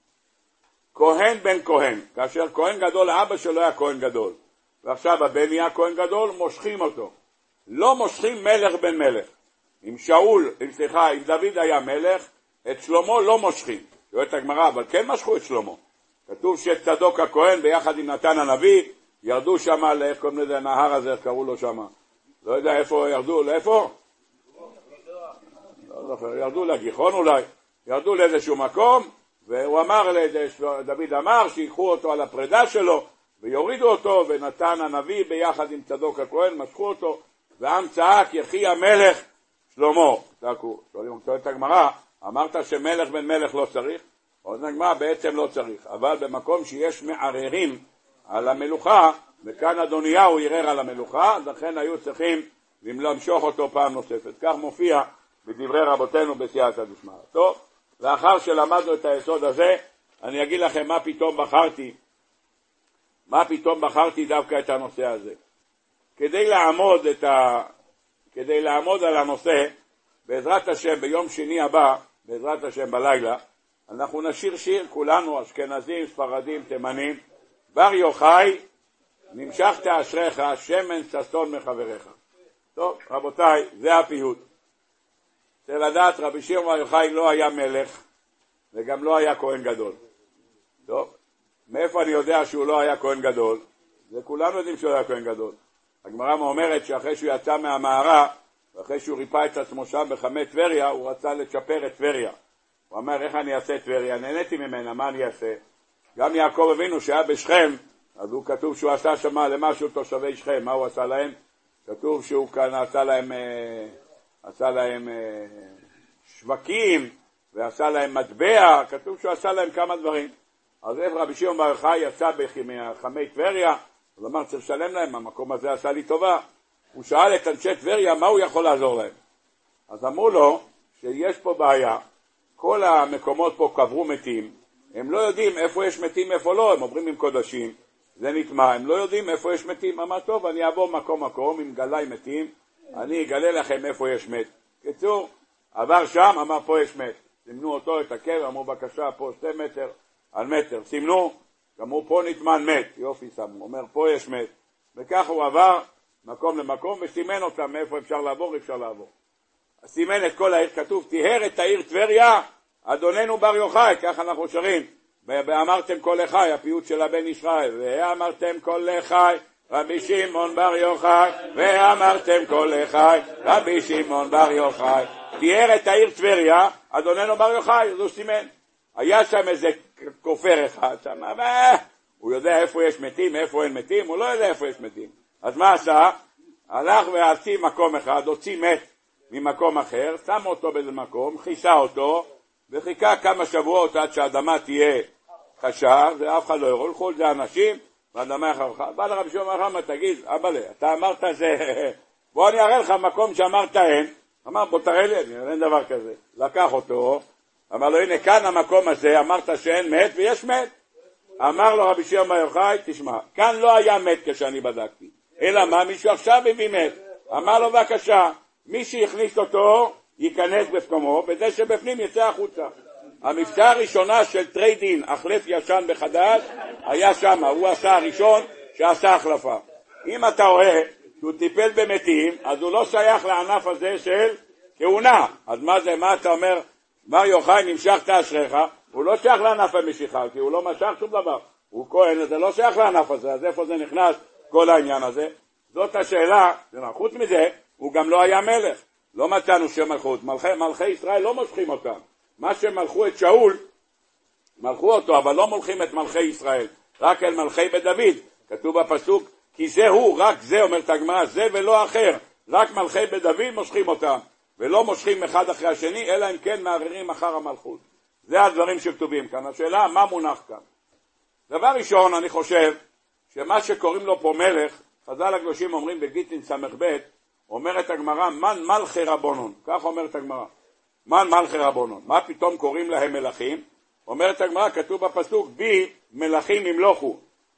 כהן בן כהן, כאשר כהן גדול, האבא שלו היה כהן גדול, ועכשיו הבן נהיה כהן גדול, מושכים אותו. לא מושכים מלך בן מלך. אם שאול, אם סליחה, אם דוד היה מלך, את שלמה לא מושכים. שואלת הגמרא, אבל כן משכו את שלמה. כתוב שצדוק הכהן ביחד עם נתן הנביא, ירדו שם, איך קוראים לזה, הנהר הזה, איך קראו לו שם? לא יודע איפה ירדו, לאיפה? לא זוכר, ירדו לגיחון אולי, ירדו לאיזשהו מקום, והוא אמר, דוד אמר, שיקחו אותו על הפרידה שלו, ויורידו אותו, ונתן הנביא ביחד עם צדוק הכהן, משכו אותו, והעם צעק, יחי המלך שלמה. צעקו, שואלים את הגמרא, אמרת שמלך בן מלך לא צריך? עוד נגמר, בעצם לא צריך, אבל במקום שיש מערערים על המלוכה, וכאן אדוניהו ערער על המלוכה, לכן היו צריכים למשוך אותו פעם נוספת. כך מופיע בדברי רבותינו בסייעתא דשמיא. טוב, לאחר שלמדנו את היסוד הזה, אני אגיד לכם מה פתאום בחרתי, מה פתאום בחרתי דווקא את הנושא הזה. כדי לעמוד את ה... כדי לעמוד על הנושא, בעזרת השם ביום שני הבא, בעזרת השם בלילה, אנחנו נשיר שיר, כולנו אשכנזים, ספרדים, תימנים, בר יוחאי, נמשכת אשריך, שמן ששון מחבריך. טוב, רבותיי, זה הפיוט. צריך לדעת, רבי שמעון בר יוחאי לא היה מלך, וגם לא היה כהן גדול. טוב, מאיפה אני יודע שהוא לא היה כהן גדול? זה כולנו יודעים שהוא היה כהן גדול. הגמרא אומרת שאחרי שהוא יצא מהמערה, ואחרי שהוא ריפא את עצמו שם בחמי טבריה, הוא רצה לצ'פר את טבריה. הוא אמר, איך אני אעשה טבריה? נהניתי ממנה, מה אני אעשה? גם יעקב אבינו שהיה בשכם, אז הוא כתוב שהוא עשה שם למשהו תושבי שכם. מה הוא עשה להם? כתוב שהוא כאן עשה להם, עשה להם שווקים, ועשה להם מטבע, כתוב שהוא עשה להם כמה דברים. אז איך רבי שמעון בר יוחאי יצא בחמי טבריה, הוא אמר, צריך לשלם להם, המקום הזה עשה לי טובה. הוא שאל את אנשי טבריה, מה הוא יכול לעזור להם? אז אמרו לו, שיש פה בעיה, כל המקומות פה קברו מתים, הם לא יודעים איפה יש מתים, איפה לא, הם עוברים עם קודשים, זה נטמע, הם לא יודעים איפה יש מתים. אמר, טוב, אני אעבור מקום מקום עם גלי מתים, אני אגלה לכם איפה יש מת. קיצור, עבר שם, אמר, פה יש מת. סימנו אותו, את הקבר, אמרו, בבקשה, פה שתי מטר על מטר. סימנו, אמרו, פה נטמן מת. יופי, שמו, אומר, פה יש מת. וכך הוא עבר מקום למקום, וסימן אותם מאיפה אפשר לעבור, אפשר לעבור. סימן את כל העיר, כתוב, תיהר את העיר טבריה, אדוננו בר יוחאי, כך אנחנו שרים. ואמרתם כל לחי, הפיוט של הבן ישראל, ואמרתם כל לחי, רבי שמעון בר יוחאי, ואמרתם כל לחי, רבי שמעון בר יוחאי. תיאר את העיר טבריה, אדוננו בר יוחאי, אז הוא סימן. היה שם איזה כופר אחד, שם, הוא יודע איפה יש מתים, איפה אין מתים, הוא לא יודע איפה יש מתים. אז מה עשה? הלך והוציא מקום אחד, הוציא מת ממקום אחר, שם אותו באיזה מקום, חיסה אותו, וחיכה כמה שבועות עד שהאדמה תהיה קשה, ואף אחד לא יראה, הלכו על זה אנשים, והאדמה יחרכה. בא לרבי שמעון בר יוחאי, תגיד, אבאלה, אתה אמרת זה, בוא אני אראה לך מקום שאמרת אין, אמר, בוא תראה לי, אין דבר כזה. לקח אותו, אמר לו, הנה כאן המקום הזה, אמרת שאין מת ויש מת. אמר לו רבי שמעון בר יוחאי, תשמע, כאן לא היה מת כשאני בדקתי, אלא מה, מישהו עכשיו הביא מת. אמר לו, בבקשה, מי שהכניס אותו ייכנס בפקומו, וזה שבפנים יצא החוצה. המבצע הראשונה של טריידין, החלף ישן בחדש, היה שם, הוא עשה הראשון שעשה החלפה. אם אתה רואה שהוא טיפל במתים, אז הוא לא שייך לענף הזה של כהונה. אז מה זה, מה אתה אומר, בר יוחאי נמשכת אשריך, הוא לא שייך לענף המשיכה, כי הוא לא משך שום דבר. הוא כהן, זה לא שייך לענף הזה, אז איפה זה נכנס כל העניין הזה? זאת השאלה, חוץ מזה, הוא גם לא היה מלך. לא מצאנו שמלכות, מלכי, מלכי ישראל לא מושכים אותם. מה שמלכו את שאול, מלכו אותו, אבל לא מולכים את מלכי ישראל, רק אל מלכי בית דוד. כתוב בפסוק, כי זה הוא, רק זה, אומרת הגמרא, זה ולא אחר, רק מלכי בית דוד מושכים אותם, ולא מושכים אחד אחרי השני, אלא אם כן מערערים אחר המלכות. זה הדברים שכתובים כאן. השאלה, מה מונח כאן? דבר ראשון, אני חושב, שמה שקוראים לו פה מלך, חז"ל הקדושים אומרים בגיטין סמך ב', אומרת הגמרא, מן מלכי רבונון, כך אומרת הגמרא, מן מלכי רבונון, מה פתאום קוראים להם מלכים? אומרת הגמרא, כתוב בפסוק, בי מלכים ימלוכו,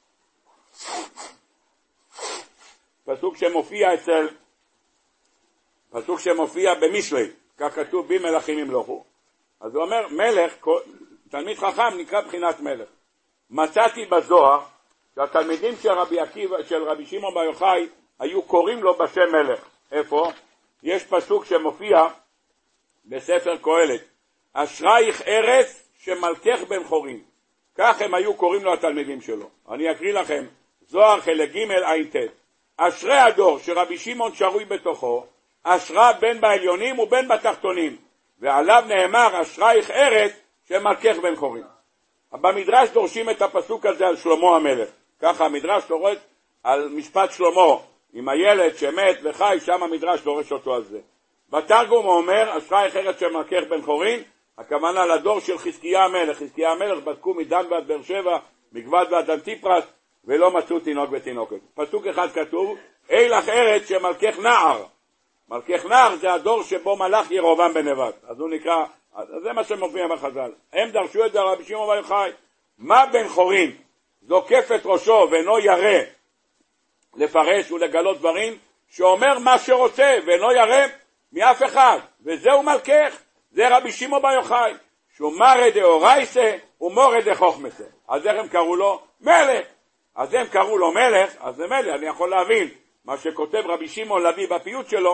פסוק שמופיע אצל, פסוק שמופיע במשלי, כך כתוב בי מלכים ימלוכו. אז הוא אומר, מלך, תלמיד חכם נקרא בחינת מלך. מצאתי בזוהר, שהתלמידים של רבי עקיבא, של רבי שמעון בר יוחאי, היו קוראים לו בשם מלך. איפה? יש פסוק שמופיע בספר קהלת, אשרייך ארץ שמלכך בן חורין. כך הם היו קוראים לו התלמידים שלו. אני אקריא לכם, זוהר חלק ג' עין ט', אשרי הדור שרבי שמעון שרוי בתוכו, אשרה בין בעליונים ובין בתחתונים, ועליו נאמר אשרייך ארץ שמלכך בן חורין. במדרש דורשים את הפסוק הזה על שלמה המלך. ככה המדרש דורש על משפט שלמה, עם הילד שמת וחי, שם המדרש דורש אותו על זה. בתרגום הוא אומר, אשרייך ארץ שמלכך בן חורין, הכוונה לדור של חזקיה המלך. חזקיה המלך בדקו מדן ועד באר שבע, מגבעת ועד אנטיפרס, ולא מצאו תינוק ותינוקת. פסוק אחד כתוב, אילך ארץ שמלכך נער. מלכך נער זה הדור שבו מלך ירבעם בן נבט. אז הוא נקרא, זה מה שמופיע בחז"ל. הם דרשו את זה רבי שמעון בר יוחאי. מה בן חורין זוקף את ראשו ואינו ירא לפרש ולגלות דברים, שאומר מה שרוצה ואינו ירא מאף אחד, וזהו מלכך. זה רבי שמעון בר יוחאי, שהוא מרא דאורייסה ומורא דחוכמסה. אז איך הם קראו לו? מלך. אז הם קראו לו מלך, אז זה מלך. אני יכול להבין מה שכותב רבי שמעון לוי בפיוט שלו,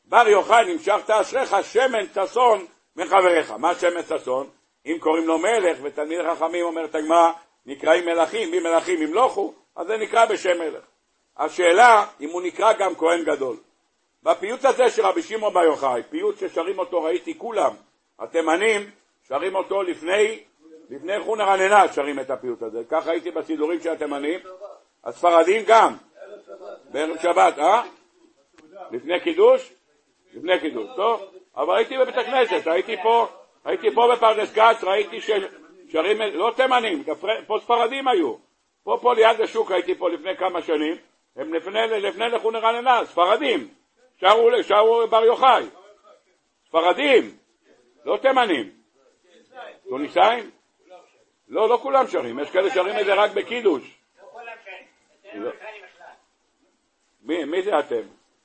בר יוחאי נמשכת אשריך שמן ששון מחבריך. מה שמן ששון? אם קוראים לו מלך ותלמיד חכמים אומרת הגמרא נקראים מלכים, אם מלכים ימלוכו, אז זה נקרא בשם מלך. השאלה אם הוא נקרא גם כהן גדול. בפיוט הזה של רבי שמעון בר יוחאי, פיוט ששרים אותו ראיתי כולם, התימנים שרים אותו לפני, לפני חונה רננה שרים את הפיוט הזה, כך ראיתי בסידורים של התימנים, הספרדים גם, בערב שבת, אה? לפני קידוש? לפני קידוש, טוב? אבל הייתי בבית הכנסת, הייתי פה, הייתי פה בפרדס כץ, ראיתי ששרים, לא תימנים, פה ספרדים היו, פה פה ליד השוק הייתי פה לפני כמה שנים, הם לפני, לפני לחונה רננה, ספרדים, שרו, שרו בר יוחאי, ספרדים, לא תימנים, טוניסאים? לא, לא כולם שרים, יש כאלה שרים את זה רק בקידוש. לא כולם שרים, אתם לא שרים בכלל. מי, מי זה אתם?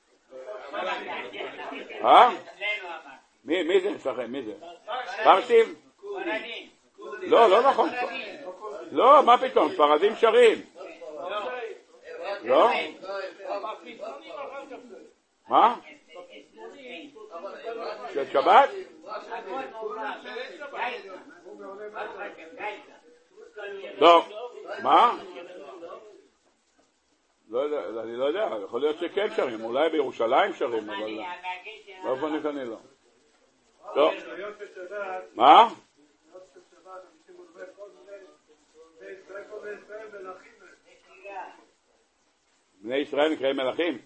אה? מי, מי זה אצלכם? מי זה? פרסים? לא, לא נכון. לא, מה פתאום? ספרדים שרים. לא? מה? של שבת? טוב, מה? לא יודע, אני לא יודע, יכול להיות שכן שרים, אולי בירושלים שרים, אבל לא. באופן אני לא. טוב. מה? בני ישראל נקראים מלכים?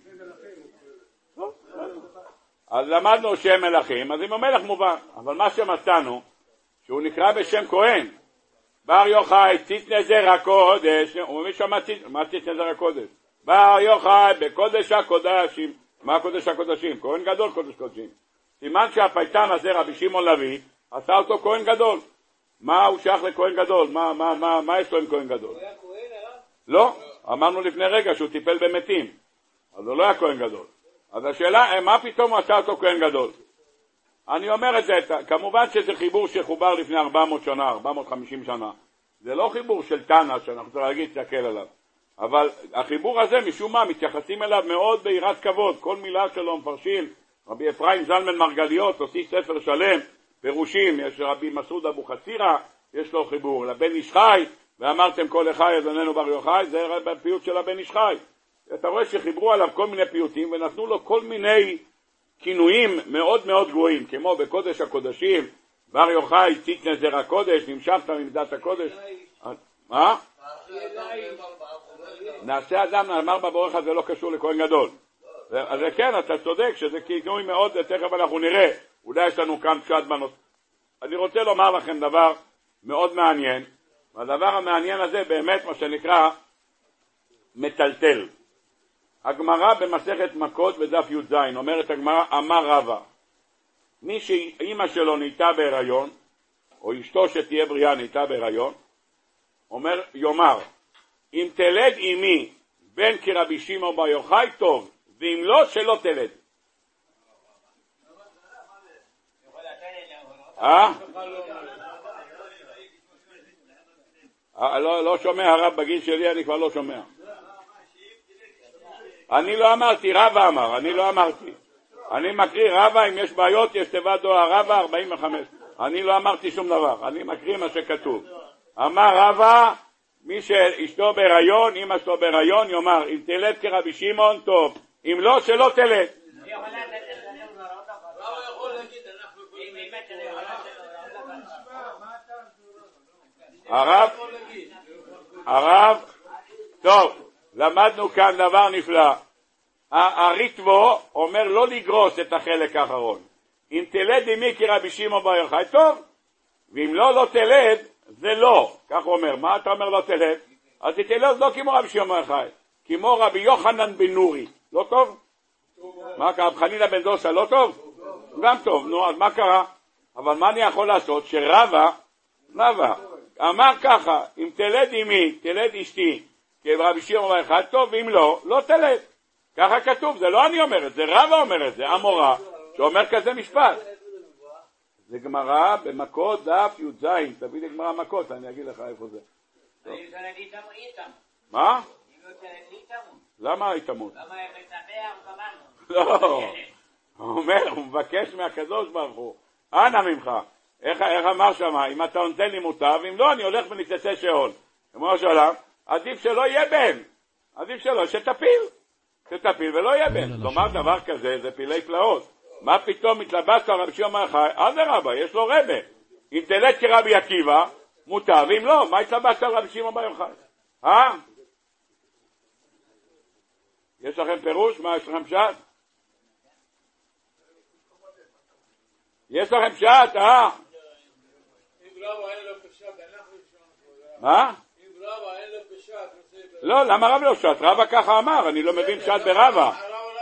אז למדנו שם מלכים, אז אם המלך מובן, אבל מה שמצאנו, שהוא נקרא בשם כהן, בר יוחאי, ציטנה זרע קודש, הוא מביא שם מה ציטנה זרע קודש? בר יוחאי בקודש הקודשים, מה קודש הקודשים? כהן גדול קודש קודשים. סימן שהפייטן הזה רבי שמעון לוי, עשה אותו כהן גדול. מה הוא שייך לכהן גדול? מה, מה, מה, מה יש לו עם כהן גדול? הוא היה כהן, הרב? לא, אמרנו לפני רגע שהוא טיפל במתים, אז הוא לא היה כהן גדול. אז השאלה, מה פתאום הוא עשה אותו כהן גדול? אני אומר את זה, כמובן שזה חיבור שחובר לפני ארבע מאות שנה, ארבע מאות וחמישים שנה. זה לא חיבור של תנא שאנחנו צריכים להגיד, תסתכל עליו. אבל החיבור הזה משום מה מתייחסים אליו מאוד ביראת כבוד, כל מילה שלו מפרשים. רבי אפרים זלמן מרגליות הוציא ספר שלם, פירושים, יש רבי מסעוד אבו חצירה, יש לו חיבור לבן איש חי, ואמרתם כל אחי אדוננו בר יוחאי, זה בפיוט של הבן איש חי. אתה רואה שחיברו עליו כל מיני פיוטים ונתנו לו כל מיני כינויים מאוד מאוד גבוהים, כמו בקודש הקודשים, בר יוחאי ציטנה זרע קודש, נמשכת ממידת הקודש. מה? נעשה אדם נאמר בבורך הזה לא קשור לכהן גדול. אז כן, אתה צודק שזה כינוי מאוד, תכף אנחנו נראה, אולי יש לנו כאן פשט בנושא. אני רוצה לומר לכם דבר מאוד מעניין, והדבר המעניין הזה באמת מה שנקרא מטלטל. הגמרא במסכת מכות בדף י"ז אומרת הגמרא, אמר רבא, מי שאמא שלו נהייתה בהיריון, או אשתו שתהיה בריאה נהייתה בהיריון, אומר, יאמר, אם תלד אמי בן כרבי שמעון בר יוחאי טוב, ואם לא, שלא תלד. אה? לא שומע הרב בגיל שלי, אני כבר לא שומע. אני לא אמרתי, רבא אמר, אני לא אמרתי. אני מקריא רבא, אם יש בעיות, יש תיבת דואר רבא ארבעים וחמש. אני לא אמרתי שום דבר, אני מקריא מה שכתוב. אמר רבא, מי שאשתו בהיריון, אמא שלו בהיריון, יאמר, אם תלד כרבי שמעון, טוב. אם לא, שלא תלד. הרב, הרב, טוב, למדנו כאן דבר נפלא. הריטבו אומר לא לגרוס את החלק האחרון. אם תלד אמי כרבי שמעון בר יוחאי, טוב. ואם לא, לא תלד, זה לא. כך הוא אומר. מה אתה אומר לא תלד? אז תלד לא כמו רבי שמעון בר יוחאי, כמו רבי יוחנן בן נורי. לא טוב? מה קרה? חנינא בן דוסה לא טוב? גם טוב. נו, אז מה קרה? אבל מה אני יכול לעשות? שרבא, רבא, אמר ככה, אם תלד אמי, תלד אשתי, כרבי שמעון בר יוחאי, טוב, ואם לא, לא תלד. ככה כתוב, זה לא אני אומר את זה, רבא אומר את זה, המורה, שאומר כזה משפט. זה גמרא במכות דף י"ז, תביא לי גמרא מכות, אני אגיד לך איפה זה. מה? למה היא תמות? לא, הוא אומר, הוא מבקש מהקדוש ברוך הוא, אנא ממך, איך, איך אמר שם, אם אתה נותן לי מוטב, אם לא, אני הולך ונקצצה שאול. כמו שלם, עדיף שלא יהיה בן, עדיף שלא, שתפיל, שתפיל ולא יהיה בן. לומר דבר כזה, זה פילי פלאות. מה פתאום מתלבט על רבי שמעון בר יוחאי? אדרבה, יש לו רבה. אם תלד כרבי עקיבא, מוטב, אם לא, מה התלבט על רבי שמעון בר יוחאי? אה? יש לכם פירוש? מה יש לכם פשט? יש לכם פשט, אה? מה? לא, למה רב לא פשט? רבא ככה אמר, אני לא מבין פשט ברבא.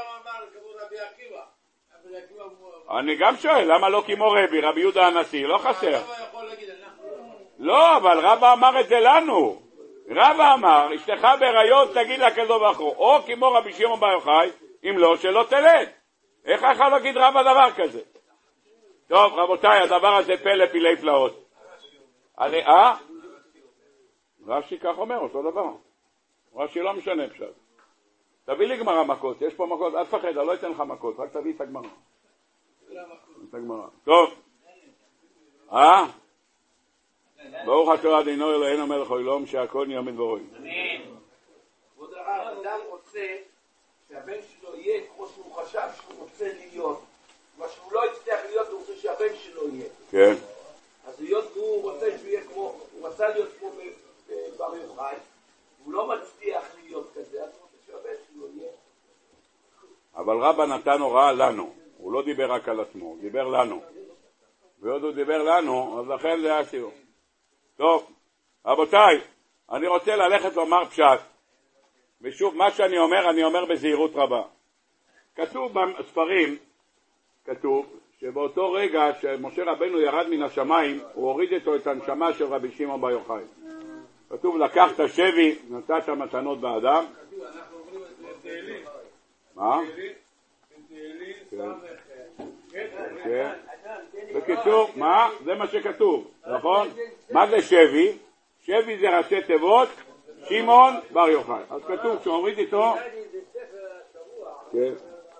אני גם שואל, למה לא כמו רבי, רבי יהודה הנשיא, לא חסר. לא, אבל רבא אמר את זה לנו. רבא אמר, אשתך בהיריון תגיד לה כזו ואחרו, או כמו רבי שמעון בר יוחאי, אם לא, שלא תלד. איך יכול להגיד רבא דבר כזה? טוב, רבותיי, הדבר הזה פלא פילי פלאות. אה? רש"י כך אומר, אותו דבר. רש"י לא משנה פשט. תביא לי גמרא מכות, יש פה מכות, אל תפחד, אני לא אתן לך מכות, רק תביא את הגמרא. את הגמרא. טוב. אה? ברוך התורה דינו אלוהינו מלך העולם שהכל נהיה מדברו. אמן. כבוד הרב, אדם רוצה שהבן שלו יהיה כמו שהוא חשב שהוא רוצה להיות. מה שהוא לא יצטרך להיות, הוא רוצה שהבן שלו יהיה. כן. אז היות הוא רוצה שהוא יהיה כמו, הוא רצה להיות כמו בר יוחאי, הוא לא מצליח להיות כזה, אז הוא רוצה שהבן שלו יהיה. אבל רבא נתן הוראה לנו, הוא לא דיבר רק על עצמו, הוא דיבר לנו. ועוד הוא דיבר לנו, אז לכן זה היה שיעור. טוב, רבותיי, אני רוצה ללכת לומר פשט. ושוב, מה שאני אומר, אני אומר בזהירות רבה. כתוב בספרים, כתוב, שבאותו רגע שמשה רבנו ירד מן השמיים, הוא הוריד איתו את הנשמה של רבי שמעון בר יוחאי. כתוב, לקחת שבי, נתת מתנות באדם. כתוב, אנחנו אומרים את זה בתהילים. מה? בתהילים, סמך. כן. בקיצור, מה? זה מה שכתוב, נכון? מה זה שבי? שבי זה ראשי תיבות, שמעון בר יוחאי. אז כתוב, כשהוריד איתו... כן.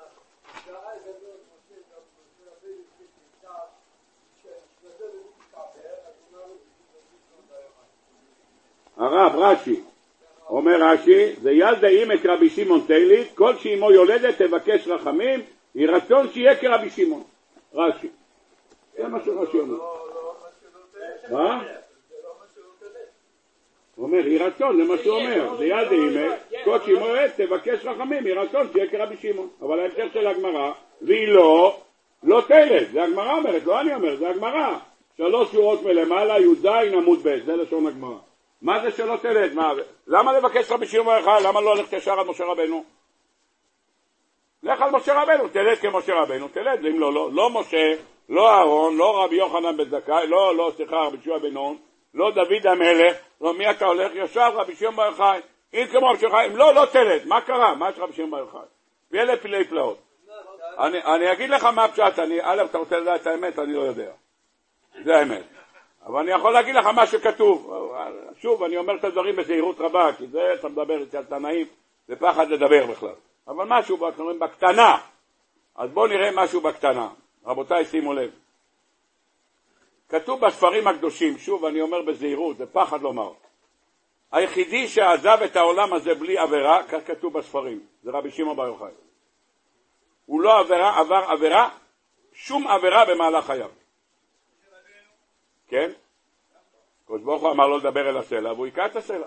הרב רש"י, אומר רש"י, זה ילדאים את רבי שמעון תלית, כל שאימו יולדת תבקש רחמים, היא רצון שיהיה כרבי שמעון. רש"י. זה מה שרש"י אומר. מה? הוא אומר, היא רצון, זה מה שהוא אומר. זה ילדאים, כל שאימו יולדת תבקש רחמים, היא רצון שיהיה כרבי שמעון. אבל ההמשך של הגמרא, והיא לא, לא תלת. זה הגמרא אומרת, לא אני אומר, זה הגמרא. שלוש שורות מלמעלה, י"ז עמוד ב', זה לשון הגמרא. מה זה שלא תלד? מה? למה לבקש רבי שמעון בר יוחאי? למה לא ללכת ישר על משה רבנו? לך על משה רבנו, תלד כמשה רבנו, תלד, אם לא, לא, לא משה, לא אהרון, לא רבי יוחנן בן זכאי, לא, לא, סליחה, רבי יהושע בן נון, לא דוד המלך, לא, מי אתה הולך? ישר רבי שמעון בר יוחאי, אם כמו רבי יוחאי, אם לא, לא תלד, מה קרה? מה יש רבי שמעון בר יוחאי? ואלה פילי פלאות. אני, אני אגיד לך מה פשט, אני, א', אתה רוצה לדעת את האמת, אני לא יודע. זה האמת. אבל אני יכול להגיד לך מה שכתוב. שוב, אני אומר את הדברים בזהירות רבה, כי זה, אתה מדבר אצל תנאים, זה פחד לדבר בכלל. אבל משהו בקטנה. אז בואו נראה משהו בקטנה. רבותיי, שימו לב. כתוב בספרים הקדושים, שוב, אני אומר בזהירות, זה פחד לומר. היחידי שעזב את העולם הזה בלי עבירה, כך כתוב בספרים, זה רבי שמעון בר יוחאי. הוא לא עבירה, עבר עבירה, שום עבירה במהלך חייו. כן? קדוש ברוך הוא אמר לו לדבר אל הסלע, והוא יקע את הסלע.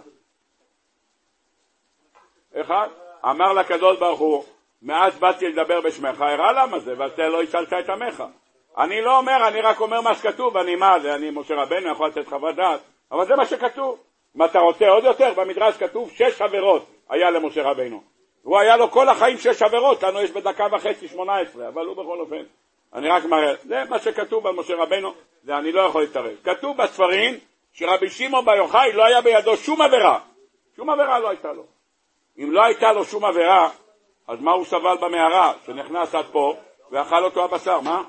אחד, אמר לקדוש ברוך הוא, מאז באתי לדבר בשמך, הראה למה זה, ואתה לא הצלת את עמך. אני לא אומר, אני רק אומר מה שכתוב, אני מה זה, אני משה רבנו, יכול לתת חוות דעת, אבל זה מה שכתוב. אם אתה רוצה עוד יותר, במדרש כתוב שש עבירות היה למשה רבנו. הוא היה לו כל החיים שש עבירות, לנו יש בדקה וחצי שמונה עשרה, אבל הוא בכל אופן. אני רק מראה, זה מה שכתוב על משה רבנו, זה אני לא יכול להתערב. כתוב בספרים שרבי שמעון בר יוחאי לא היה בידו שום עבירה. שום עבירה לא הייתה לו. אם לא הייתה לו שום עבירה, אז מה הוא סבל במערה שנכנס עד פה ואכל אותו הבשר? מה?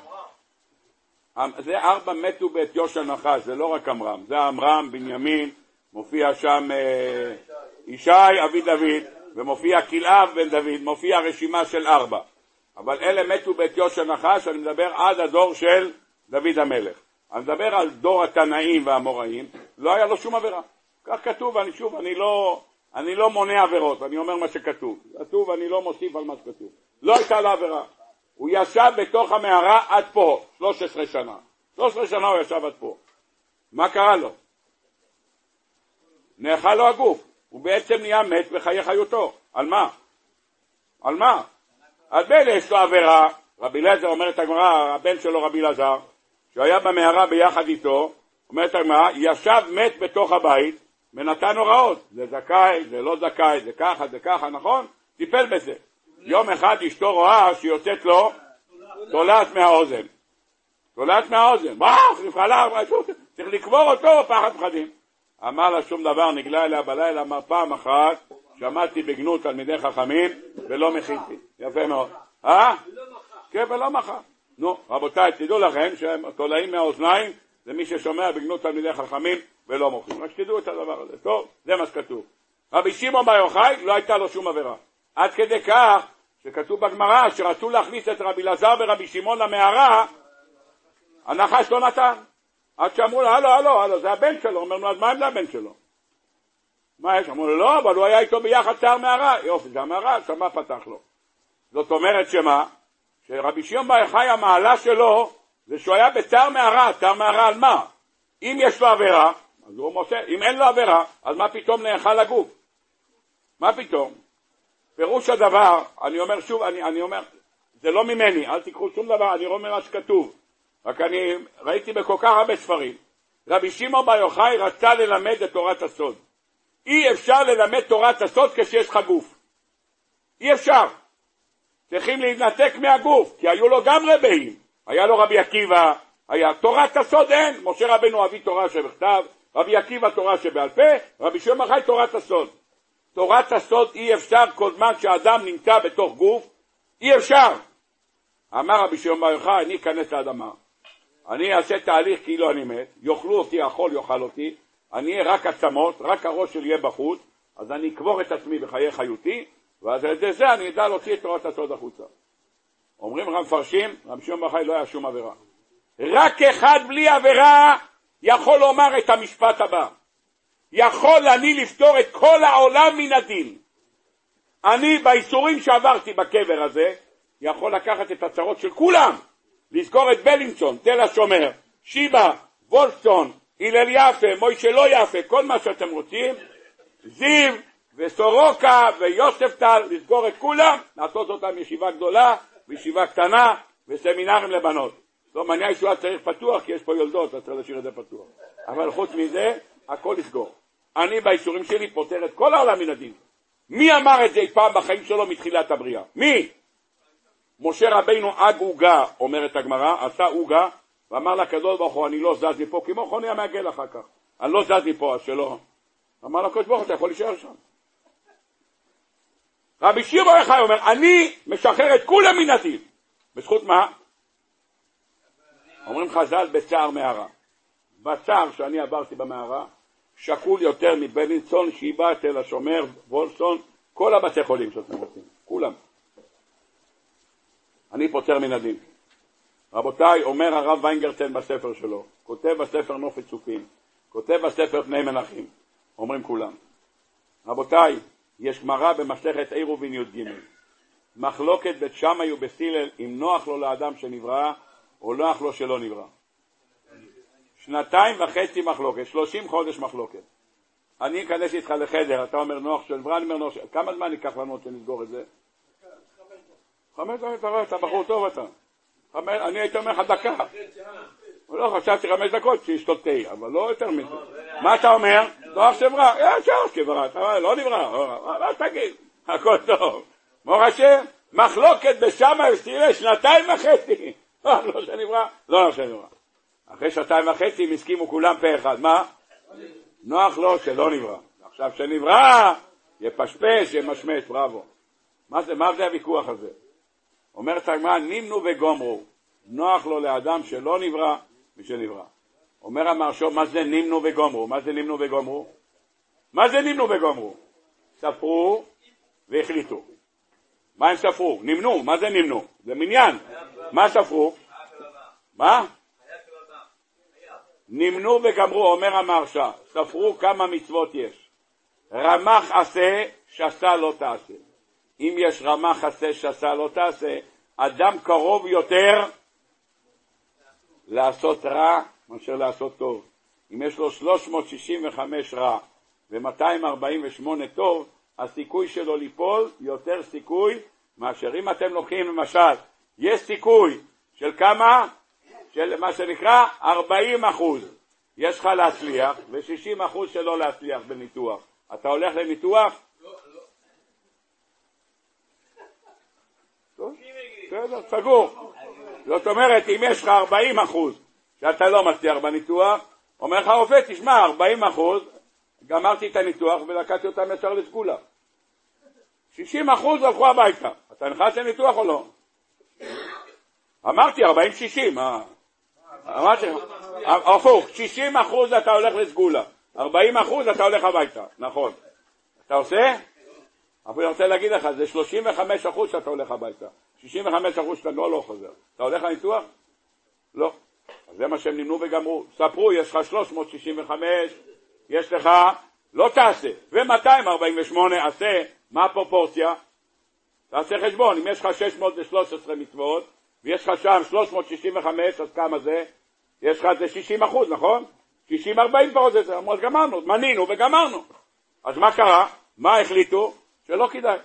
זה ארבע מתו בית יושע נחש, זה לא רק אמרם. זה אמרם, בנימין, מופיע שם אה, ישי, אבי דוד, ומופיע כלאב בן דוד, מופיע רשימה של ארבע. אבל אלה מתו בעטיו של נחש, אני מדבר עד הדור של דוד המלך. אני מדבר על דור התנאים והאמוראים, לא היה לו שום עבירה. כך כתוב, ואני שוב, אני לא, אני לא מונע עבירות, אני אומר מה שכתוב. כתוב, אני לא מוסיף על מה שכתוב. לא הייתה לו עבירה. הוא ישב בתוך המערה עד פה, שלוש עשרה שנה. שלוש עשרה שנה הוא ישב עד פה. מה קרה לו? נאכל לו הגוף. הוא בעצם נהיה מת בחיי חיותו. על מה? על מה? על בן יש לו עבירה. רבי אליעזר אומר את הגמרא, הבן שלו רבי אלעזר, שהיה במערה ביחד איתו, אומר את הגמרא, ישב מת בתוך הבית ונתן הוראות. זה זכאי, זה לא זכאי, זה ככה, זה ככה, נכון? טיפל בזה. יום אחד אשתו רואה שיוצאת לו תולעת מהאוזן. תולעת מהאוזן. וואו, נפעלה, צריך לקבור אותו, פחד פחדים. אמר לה שום דבר, נגלה אליה בלילה, אמר פעם אחת, שמעתי בגנות תלמידי חכמים ולא מחיתי. יפה מאוד. אה? כן, ולא מחה. נו, רבותיי, תדעו לכם שהם תולעים מהאוזניים, זה מי ששומע בגנות תלמידי חכמים ולא מוחים. רק שתדעו את הדבר הזה. טוב, זה מה שכתוב. רבי שמעון בר יוחאי לא הייתה לו שום עבירה. עד כדי כך שכתוב בגמרא שרצו להכניס את רבי אלעזר ורבי שמעון למערה, הנחש לא נתן. עד שאמרו לו, הלו, הלו, הלו, זה הבן שלו. אמרנו, אז מה אם זה הבן שלו? מה יש? אמרו לו, לא, אבל הוא היה איתו ביחד צער מערה. יופי, זה המערה, שמה פתח לו. זאת אומרת שמה? שרבי שמעון בר יוחאי המעלה שלו, זה שהוא היה בצער מערה. צער מערה על מה? אם יש לו עבירה, אז הוא מוצא. אם אין לו עבירה, אז מה פתאום נאכל הגוף? מה פתאום? פירוש הדבר, אני אומר שוב, אני, אני אומר, זה לא ממני, אל תיקחו שום דבר, אני אומר מה שכתוב. רק אני ראיתי בכל כך הרבה ספרים. רבי שמעון בר יוחאי רצה ללמד את תורת הסוד. אי אפשר ללמד תורת הסוד כשיש לך גוף. אי אפשר. צריכים להתנתק מהגוף, כי היו לו גם רבעים. היה לו רבי עקיבא, היה תורת הסוד אין. משה רבנו אבי תורה שבכתב, רבי עקיבא תורה שבעל פה, רבי שמעון בר יוחאי תורת הסוד. תורת הסוד אי אפשר כל זמן שהאדם נמצא בתוך גוף, אי אפשר. אמר רבי שמעון בר יוחאי, אני אכנס לאדמה. אני אעשה תהליך כאילו אני מת, יאכלו אותי, החול יאכל אותי, אני אהיה רק עצמות, רק הראש שלי יהיה בחוץ, אז אני אקבור את עצמי בחיי חיותי, ואז על ידי זה אני אדע להוציא את תורת הסוד החוצה. אומרים המפרשים, רבי שמעון בר יוחאי לא היה שום עבירה. רק אחד בלי עבירה יכול לומר את המשפט הבא. יכול אני לפתור את כל העולם מן הדין. אני באיסורים שעברתי בקבר הזה, יכול לקחת את הצרות של כולם, לזכור את בלינסון, תל השומר, שיבה, וולפסון, הלל יפה, מוישה לא יפה, כל מה שאתם רוצים, זיו וסורוקה ויוסף טל, לזכור את כולם, לעשות אותם ישיבה גדולה וישיבה קטנה וסמינרים לבנות. לא מעניין שהוא צריך פתוח, כי יש פה יולדות, אז צריך להשאיר את זה פתוח. אבל חוץ מזה, הכל לסגור. אני באיסורים שלי פותר את כל העולם מן הדין. מי אמר את זה פעם בחיים שלו מתחילת הבריאה? מי? משה רבינו אג עוגה, אומרת הגמרא, עשה עוגה, ואמר לקדוש ברוך הוא, אני לא זז מפה, כמו חוני המעגל אחר כך. אני לא זז מפה, אז שלא. אמר לקדוש ברוך הוא, אתה יכול להישאר שם. רבי שמעון בר יוחאי אומר, אני משחרר את כולם מן הדין. בזכות מה? אומרים חז"ל בצער מערה. בצער שאני עברתי במערה, שקול יותר מבלינסון, שיבה, תל השומר, וולפסון, כל הבתי חולים שאתם רוצים, כולם. אני פותר מן הדין. רבותיי, אומר הרב ויינגרטן בספר שלו, כותב בספר נופת צופים, כותב בספר פני מנחים, אומרים כולם. רבותיי, יש גמרא במסכת עירובין י"ג, מחלוקת בית שמאי ובית הלל אם נוח לו לאדם שנברא או נוח לו שלא נברא. שנתיים וחצי מחלוקת, שלושים חודש מחלוקת. אני אכנס איתך לחדר, אתה אומר נוח שנברא, אני אומר נוח שנברא. כמה זמן ייקח לנו עוד שנסגור את זה? חמש דקות, אתה רואה, אתה בחור טוב אתה. אני הייתי אומר לך דקה. לא, חשבתי חמש דקות שישתות תה, אבל לא יותר מזה. מה אתה אומר? נוח שנברא, אה, שעות כברא, אתה לא נברא, מה תגיד? הכל טוב. מור השם, מחלוקת בשמאי ובית שנתיים וחצי. לא שנברא, לא נוח שנברא. אחרי שנתיים וחצי הם הסכימו כולם פה אחד. מה? נוח לו שלא נברא. עכשיו שנברא, יפשפש, ימשמש, בראבו. מה זה, מה זה הוויכוח הזה? אומרת הגמרא, נימנו וגומרו. נוח לו לאדם שלא נברא ושנברא. אומר המרשום, מה זה נימנו וגומרו? מה זה נימנו וגומרו? מה זה נימנו וגומרו? ספרו והחליטו. מה הם ספרו? נמנו, מה זה נמנו? זה מניין. מה ספרו? מה? נמנו וגמרו, אומר המרשה, ספרו כמה מצוות יש. רמח עשה, שסה לא תעשה. אם יש רמח עשה, שסה לא תעשה, אדם קרוב יותר לעשות רע מאשר לעשות טוב. אם יש לו שלוש מאות שישים וחמש רע ו-מאתיים ארבעים ושמונה טוב, הסיכוי שלו ליפול יותר סיכוי מאשר אם אתם לוקחים למשל, יש סיכוי של כמה? של מה שנקרא ארבעים אחוז. יש לך להצליח ו-שישים אחוז שלא להצליח בניתוח. אתה הולך לניתוח? לא, לא. טוב, בסדר, סגור. זאת אומרת, אם יש לך ארבעים אחוז שאתה לא מצליח בניתוח, אומר לך רופא, תשמע, ארבעים אחוז, גמרתי את הניתוח ולקחתי אותם ישר לסגולה. שישים אחוז הלכו הביתה. אתה נכנס לניתוח או לא? אמרתי ארבעים שישים, אה? אמרתי, הפוך, שישים אחוז אתה הולך לסגולה, ארבעים אחוז אתה הולך הביתה, נכון. אתה עושה? אבל אני רוצה להגיד לך, זה שלושים וחמישה אחוז שאתה הולך הביתה, שישים וחמישה אחוז שאתה לא, לא חוזר. אתה הולך לניתוח? לא. אז זה מה שהם נמנו וגמרו. ספרו, יש לך שלוש מאות שישים וחמש, יש לך, לא תעשה, ו-מאתיים ארבעים ושמונה עשה, מה הפרופורציה? תעשה חשבון, אם יש לך שש מאות ושלוש עשרה מצוות, ויש לך שם שלוש מאות שישים וחמש, אז כמה זה? יש לך זה שישים אחוז, נכון? שישים ארבעים פרות זה, אז גמרנו, מנינו וגמרנו. אז מה קרה? מה החליטו? שלא כדאי.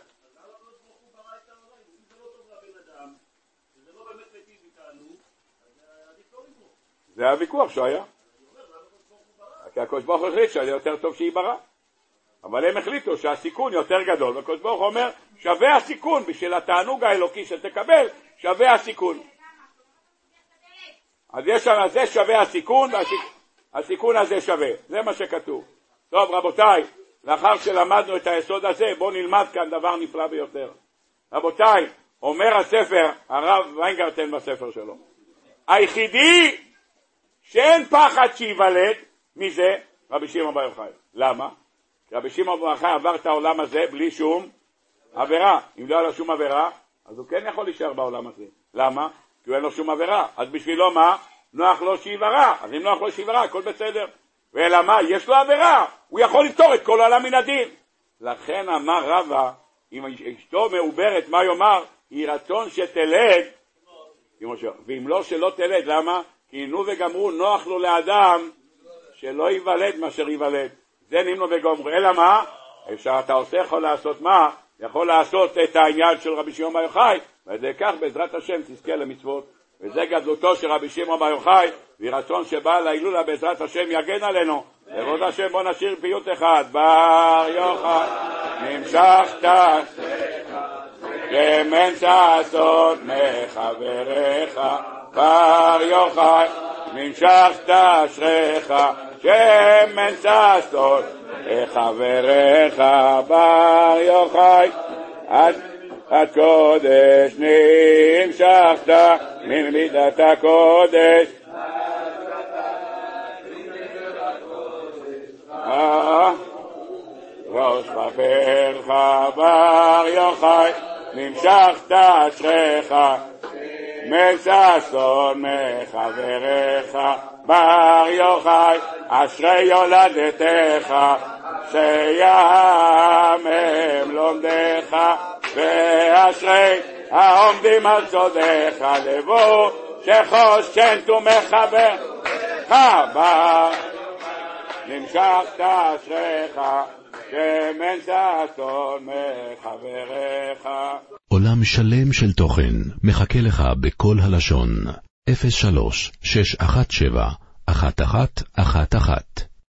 זה הוויכוח שהיה. כי הקדוש ברוך הוא החליט שזה יותר טוב שיברא. אבל הם החליטו שהסיכון יותר גדול, והקדוש ברוך הוא אומר, שווה הסיכון, בשביל התענוג האלוקי שתקבל, שווה הסיכון. אז יש שם, זה שווה הסיכון, והסיכון הזה שווה. זה מה שכתוב. טוב, רבותיי, לאחר שלמדנו את היסוד הזה, בואו נלמד כאן דבר נפלא ביותר. רבותיי, אומר הספר, הרב ויינגרטן בספר שלו, היחידי שאין פחד שיוולד, מי זה? רבי שמעון בר יוחאי. למה? כי רבי שמעון בר יוחאי עבר את העולם הזה בלי שום עבירה. אם לא היה לו שום עבירה, אז הוא כן יכול להישאר בעולם הזה. למה? כי הוא אין לו שום עבירה. אז בשבילו מה? נוח לו שיברא. אז אם נוח לו שיברא, הכל בסדר. ואלא מה? יש לו עבירה. הוא יכול לפתור את כל העולם מן הדין. לכן אמר רבא, אם אשתו מעוברת, מה יאמר? היא רצון שתלד, ואם לא שלא תלד. למה? כי נו וגמרו, נוח לו לאדם שלא ייוולד מה ייוולד. זה נמנו וגמרו. אלא מה? אפשר, אתה עושה, יכול לעשות מה? יכול לעשות את העניין של רבי שמעון בר יוחאי, וזה כך בעזרת השם תזכה למצוות. וזה גדלותו של רבי שמעון בר יוחאי, ורצון שבא להילולה בעזרת השם יגן עלינו. לכבוד השם בוא נשיר פיוט אחד. בר יוחאי נמשכת שמן ששון מחבריך, בר יוחאי נמשכת אשריך שמן ששון מחבריך, בר יוחאי עד הקודש נמשכת ממידת הקודש, ראש חברך בר יוחאי נמשכת אשריך מששון מחבריך, בר יוחאי אשרי יולדתך שיאמם לומדך, ואשרי העומדים על סודך לבוא שחושן תומחברך, בר נמשכת אשריך שמן ששון מחבריך. עולם שלם של תוכן מחכה לך בכל הלשון. אפס שלוש שש אחת שבע אחת אחת אחת אחת